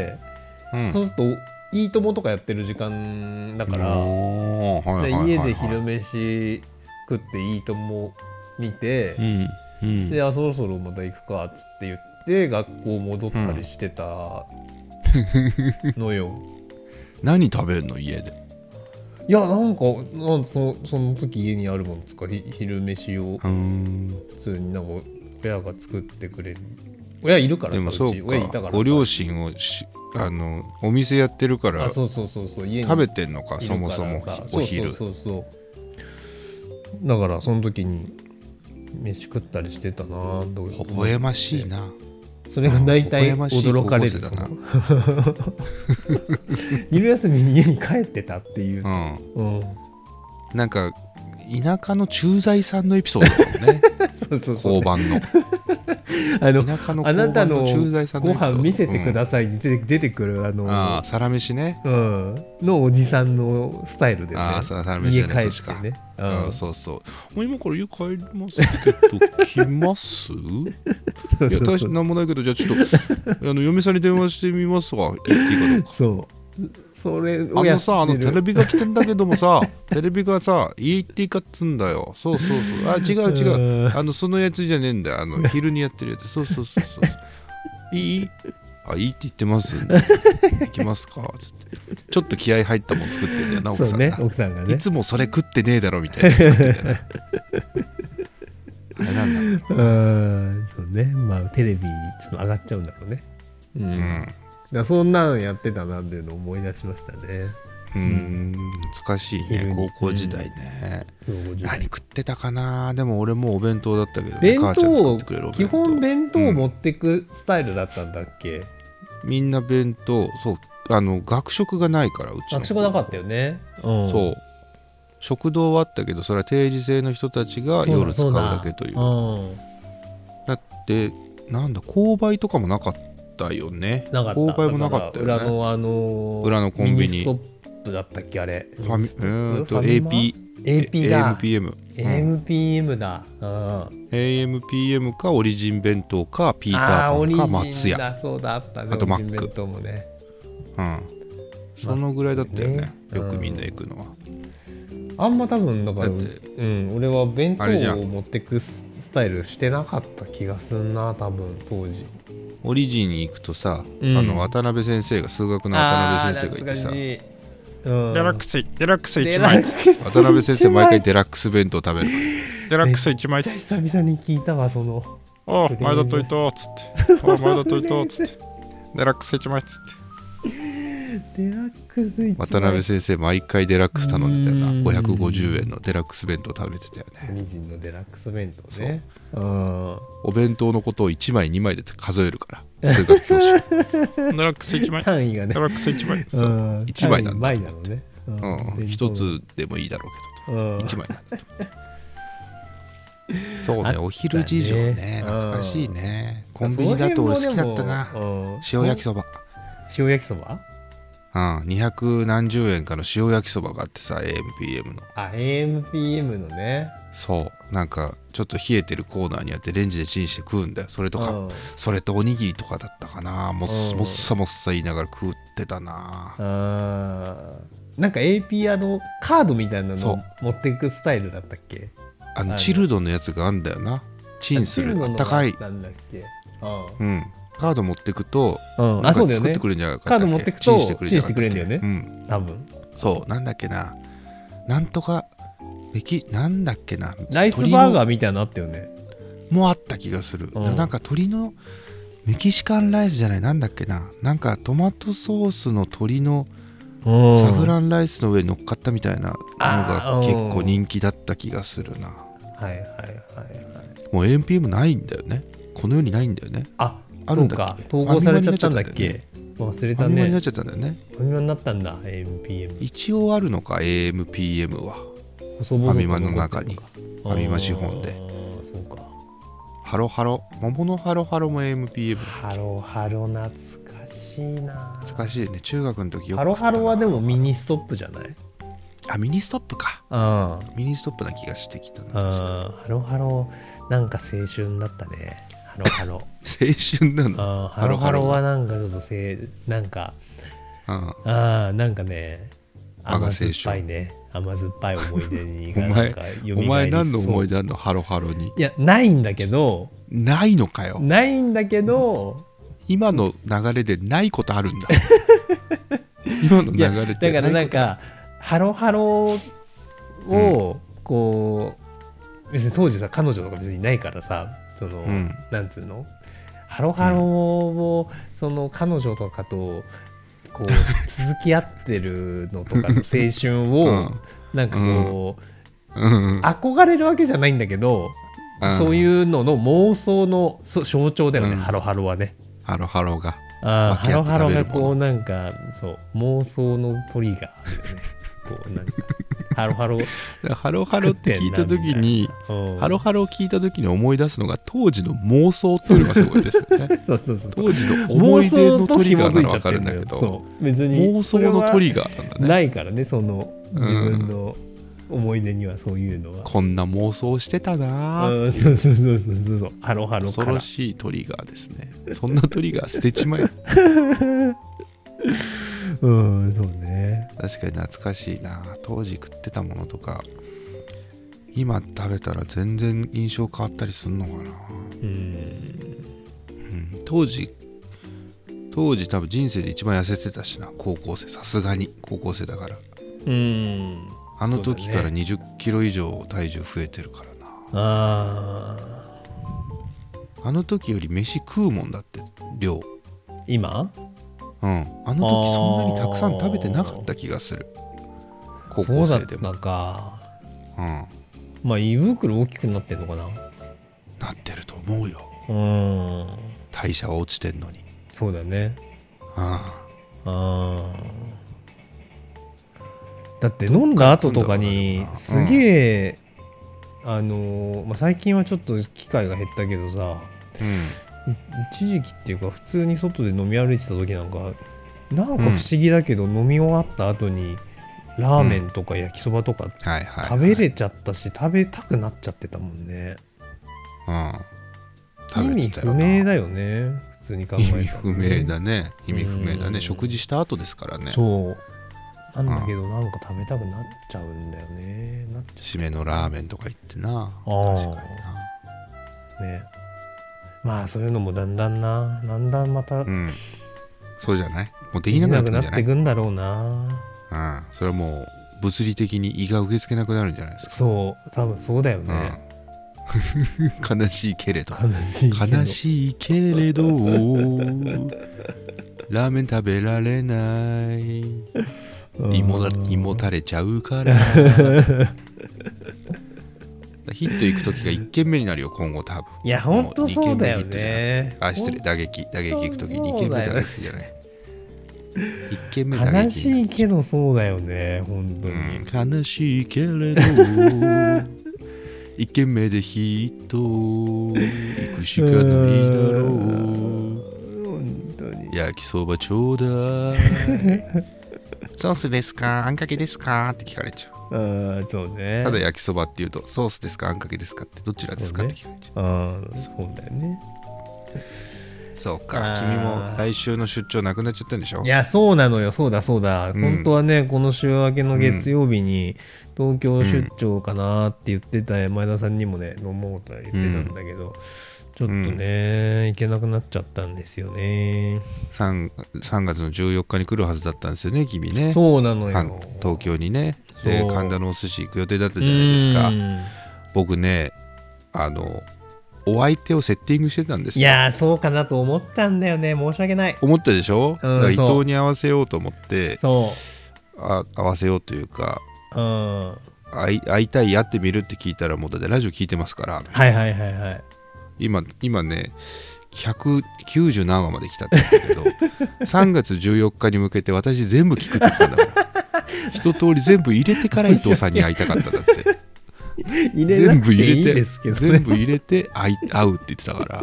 Speaker 2: そうするといいともとかやってる時間だから、家で昼飯食っていいとも見て、でそろそろまた行くかっつって言って学校戻ったりしてたのよ。
Speaker 1: 何食べるの家で？
Speaker 2: いやなんかその時家にあるものつか昼飯を普通になんか親が作ってくれる。親いるからさ、
Speaker 1: でもそうか、
Speaker 2: うち親いたからさ、
Speaker 1: ご両親をお店やってるから
Speaker 2: そう家に
Speaker 1: 食べてんのか、そもそもお昼。
Speaker 2: そうだからその時に飯食ったりしてたな。
Speaker 1: 微笑ましいな。
Speaker 2: それが大体驚かれる。昼休みに家に帰ってたっていう、
Speaker 1: なんか田舎の駐在さんのエピソードだもんね。交番の田舎の
Speaker 2: あなたの
Speaker 1: 駐在さん
Speaker 2: ご飯見せてくださいに出てくる
Speaker 1: サラメシね、
Speaker 2: のおじさんのスタイルでね、家帰ってね、
Speaker 1: そうそう、今から家帰りますけど来ますいや大してなんもないけど、じゃあちょっと嫁さんに電話してみますわ、言っていいかどうか。
Speaker 2: そうそれをやってる。
Speaker 1: テレビが来てんだけどもさテレビがさ言っていいかっつんだよ。そうそうそう、あ、違うそのやつじゃねえんだよ、昼にやってるやつ。そういいいいって言ってますんで行きますかつってちょっと気合入ったもん作ってんだよな、奥さんが。
Speaker 2: 奥さんがね、
Speaker 1: いつもそれ食ってねえだろみたいな作ってんだよねあれなんだろう。
Speaker 2: そうね、まあテレビちょっと上がっちゃうんだろうね。だそんなのやってたなっていうのを思い出しましたね。
Speaker 1: 難しいね、高校時代ね。何食ってたかな。でも俺もお弁当だったけど、
Speaker 2: 弁当基本弁当を持ってくスタイルだったんだっけ。
Speaker 1: みんな弁当、そう学食がないから、うち
Speaker 2: 学食なかったよね。
Speaker 1: そう食堂はあったけど、それは定時制の人たちが夜使うだけという。だってなんだ、購買とかもなかったよね。購買もなかったよね。裏のコンビニ
Speaker 2: ミニストップだったっけあれ。
Speaker 1: APM
Speaker 2: だ。
Speaker 1: AMPM かオリジン弁当かピーターパンか松屋。
Speaker 2: そうだ、あったね。
Speaker 1: あとマック。
Speaker 2: 弁当もね。
Speaker 1: そのぐらいだったよね。よくみんな行くのは。
Speaker 2: あんま多分だから、俺は弁当を持ってくスタイルしてなかった気がすんな、多分当時。
Speaker 1: オリジンに行くとさ、渡辺先生が、数学の渡辺先生がいてさ、デラックス1枚渡辺先生毎回デラックス弁当食べる。デラックス1枚っつって、
Speaker 2: 久々に聞いたわ、その
Speaker 1: あ、前田といたっつって、あ、前田といたっつって、デラックス1枚っつって、
Speaker 2: デラックス1枚、
Speaker 1: 渡辺先生毎回デラックス頼んでたよな。550円のデラックス弁当食べてたよね。
Speaker 2: オリジンのデラックス弁当ね。
Speaker 1: お弁当のことを1枚2枚で数えるから、数学教師デラックス1枚、
Speaker 2: 単位がね、
Speaker 1: デラックス1枚、そう1枚なんだ。
Speaker 2: 枚なのね。
Speaker 1: 1つでもいいだろうけど、1枚なんだ。そうね、お昼事情ね、懐かしいね。コンビニだと俺好きだったな、塩焼きそば。
Speaker 2: 塩焼きそば
Speaker 1: 200何十円かの塩焼きそばがあってさ、 AMPM の。
Speaker 2: AMPM のね。
Speaker 1: そうなんかちょっと冷えてるコーナーにあって、レンジでチンして食うんだよ。それとおにぎりとかだったかな。もっさもっさ言いながら食ってたな。
Speaker 2: なんか AP カードみたいなの持っていくスタイルだったっけ。
Speaker 1: チルドのやつがあんだよな。チンするあったかい。
Speaker 2: なんだっけ。
Speaker 1: カード持ってくと、
Speaker 2: そうだよね、
Speaker 1: 作ってくれるんじゃなかったっけ。
Speaker 2: カード持ってくとチンしてくれるんだよね。多分
Speaker 1: そうなんだっけな、なんとかなんだっけな、
Speaker 2: ライスバーガーみたいなのあったよね。
Speaker 1: もうあった気がする。なんか鶏のメキシカンライスじゃない、なんだっけな、なんかトマトソースの鶏のサフランライスの上に乗っかったみたいなのが結構人気だった気がするな。もう AMPM ないんだよね、この世にないんだよね。
Speaker 2: あるんだっけ。統合されちゃったんだっけ。忘れたね。
Speaker 1: ファミマになっちゃったんだよね。
Speaker 2: ファミマになったんだ AMPM。
Speaker 1: 一応あるのか AMPM は。ファミマの中に、ファミマ資本で。
Speaker 2: そうか。
Speaker 1: ハロハロ、桃のハロハロも AMPM。
Speaker 2: ハロハロ懐かしいな。
Speaker 1: 懐かしいね、中学の時よく。
Speaker 2: ハロハロはでもミニストップじゃない。
Speaker 1: ミニストップか。ミニストップな気がしてきたな。
Speaker 2: ハロハロなんか青春だったね。ハロハロ
Speaker 1: 青春なの。
Speaker 2: ハロハロはなんかちょっとなんかなんかね、甘酸っぱいね、甘酸っぱい思い出にがなんか蘇りそう。
Speaker 1: お前何の思い出あんの、ハロハロに。
Speaker 2: いやないんだけど。
Speaker 1: ないのかよ。
Speaker 2: ないんだけど、
Speaker 1: 今の流れでないことあるんだ今の流れで。
Speaker 2: だからなんかハロハロをこう、別に当時さ彼女とか別にいないからさ、なんつうの、ハロハロをその彼女とかとこう続き合ってるのとかの青春をなんかこう憧れるわけじゃないんだけど、そういうのの妄想の象徴だよね、ハロハロはね。
Speaker 1: ハロハロが
Speaker 2: ハロハロがこうなんかそう妄想の鳥があるよね。こうなんかハロハロ
Speaker 1: ハロハロって聞いた時にハロハロを聞いた時に思い出すのが当時の妄想っていうのがすごいですよね。
Speaker 2: そうそうそう、
Speaker 1: 当時の思い出のトリガーなの分かるんだけど、
Speaker 2: そう別に
Speaker 1: 妄想のトリガーなんだね。
Speaker 2: ないからね、その自分の思い出にはそういうのは、
Speaker 1: こんな妄想してたなー。
Speaker 2: そうそうそうそうそう、ハロハロから
Speaker 1: 恐ろしいトリガーですね。そんなトリガー捨てちまえ。
Speaker 2: そうね。
Speaker 1: 確かに懐かしいな。当時食ってたものとか今食べたら全然印象変わったりすんのかな。当時多分人生で一番痩せてたしな、高校生。さすがに高校生だから。あの時から20キロ以上体重増えてるからな。あの時より飯食うもんだって、量。
Speaker 2: 今？
Speaker 1: あの時そんなにたくさん食べてなかった気がする。高校生でも。
Speaker 2: そうだったか。まあ胃袋大きくなってんのかな。
Speaker 1: なってると思うよ。代謝は落ちてんのに。
Speaker 2: そうだね。だって飲んだ後とかにすげえ、最近はちょっと機会が減ったけどさ、一時期っていうか普通に外で飲み歩いてた時なんか不思議だけど、飲み終わった後にラーメンとか焼きそばとか食べれちゃったし、食べたくなっちゃってたもんね。意味不明だよね、普通に考えたら、ね、
Speaker 1: 意味不明だね。意味不明だね。食事した後ですからね。
Speaker 2: そうなんだけど、なんか食べたくなっちゃうんだよね。
Speaker 1: 締めのラーメンとか言ってな。確かに
Speaker 2: な。ね。まあそういうのもだんだんまた、
Speaker 1: そうじゃない？もうできなくなって
Speaker 2: くんだろうな。
Speaker 1: それはもう物理的に胃が受け付けなくなるんじゃないですか。
Speaker 2: そう多分そうだよね。
Speaker 1: 悲しいけれど
Speaker 2: 悲
Speaker 1: しいけれどラーメン食べられない胃もたれちゃうからヒット行く時が1軒目になるよ今後多分。
Speaker 2: いやほんとそうだよね。
Speaker 1: 失礼、打撃行く時2軒目打撃じゃない、1軒目打撃。
Speaker 2: 悲しいけどそうだよね、本当
Speaker 1: に、悲しいけれど1軒目でヒット行くしかないだろう。
Speaker 2: 本当に。
Speaker 1: 焼きそばちょうだいソースですかあんかけですかって聞かれちゃう。
Speaker 2: そうね。
Speaker 1: ただ焼きそばって言うとソースですかあんかけですかってどちらですかって聞かれちゃう。
Speaker 2: そうだよね。
Speaker 1: そうか、君も来週の出張なくなっちゃったんでしょ。
Speaker 2: いやそうなのよ。そうだ、本当はねこの週明けの月曜日に東京出張かなって言ってた前田さんにもね飲もうとは言ってたんだけど、ちょっとね、行けなくなっちゃったんですよね。
Speaker 1: 3月の14日に来るはずだったんですよね、君ね。
Speaker 2: そうなのよ。
Speaker 1: 東京にね。で、神田のお寿司行く予定だったじゃないですか。僕ね、お相手をセッティングしてたんですよ。
Speaker 2: いやそうかなと思ったんだよね。申し訳ない。
Speaker 1: 思ったでしょ。だから伊藤に合わせようと思って、合わせようというか、会いたいやってみるって聞いたらもうだってラジオ聞いてますから。今ね190何話まで来たって言ったけど3月14日に向けて私全部聞くって言ってたんだから一通り全部入れてから伊藤さんに会いたかっただって全部入れて会うって言ってたから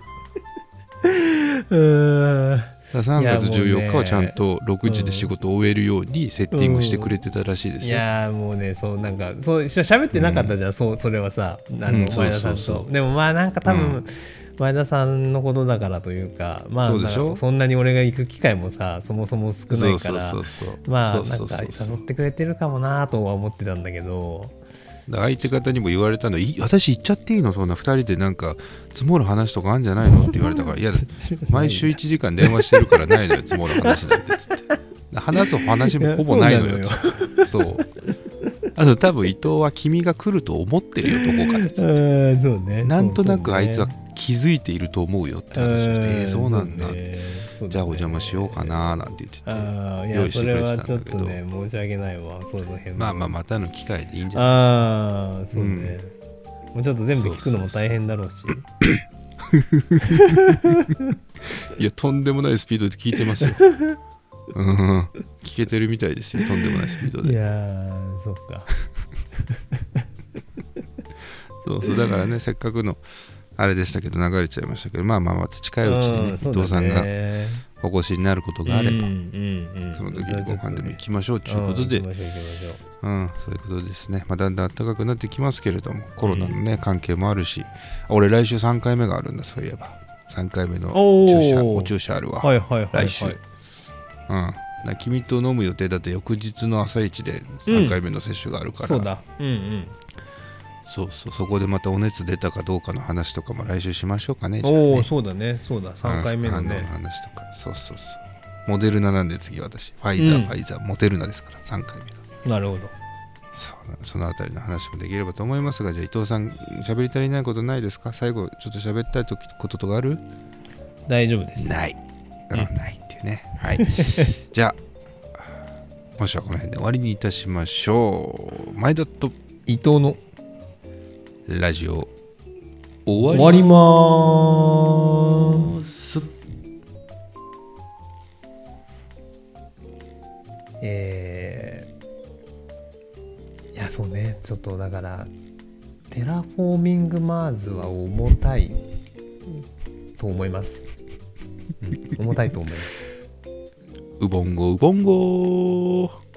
Speaker 1: 3月14日はちゃんと6時で仕事を終えるようにセッティングしてくれてたらしいですよ。
Speaker 2: いやもうねそう喋ってなかったじゃん、それはさ前田さんと。でもまあなんか多分、前田さんのことだからというか、まあそんなに俺が行く機会もさそもそも少ないからまあなんか誘ってくれてるかもなとは思ってたんだけど、
Speaker 1: 相手方にも言われたの、私行っちゃっていいの、そんな2人でなんか積もる話とかあるんじゃないのって言われたから、いや毎週1時間電話してるからないのよ積もる話なんてつって話す話もほぼないのよそうあと多分伊藤は君が来ると思ってるよどこかでつってなんとなくあいつは気づいていると思うよって話をしてそうなんだじゃあお邪魔しようかななんて言ってて用意してくれてたんだけど、それはちょっと
Speaker 2: ね申し訳ないわその辺
Speaker 1: まあまたの機会でいいんじゃないですか。
Speaker 2: そうね、もうちょっと全部聞くのも大変だろうし
Speaker 1: いやとんでもないスピードで聞いてますよ聞けてるみたいですよ、とんでもないスピードで。
Speaker 2: いやー、そっか。
Speaker 1: そうだからね、せっかくのあれでしたけど流れちゃいましたけど、また近いうちにね、伊藤さんがお越しになることがあれば、その時にご飯でも行きましょうということで、そういうことですね。だんだん暖かくなってきますけれども、コロナのね関係もあるし、俺来週3回目があるんだ、そういえば3回目のお注射あるわ、来週。君と飲む予定だと翌日の朝一で3回目の接種があるから、
Speaker 2: そうだ、
Speaker 1: そこでまたお熱出たかどうかの話とかも来週しましょうかね。
Speaker 2: そうだね、3回目のね、
Speaker 1: 話とか。モデルナなんで次私ファイザーモデルナですから3回目が。
Speaker 2: なるほど。
Speaker 1: そのあたりの話もできればと思いますが、じゃあ伊藤さん喋り足りないことないですか？最後ちょっと喋ったいこととかある？
Speaker 2: 大丈夫です。
Speaker 1: ないっていうね。はいじゃあ今週はこの辺で終わりにいたしましょう。前田と
Speaker 2: 伊藤の
Speaker 1: ラジオ
Speaker 2: 終わりまーす。いや、そうね、ちょっとだからテラフォーミングマーズは重たいと思います。重たいと思います。
Speaker 1: うぼんご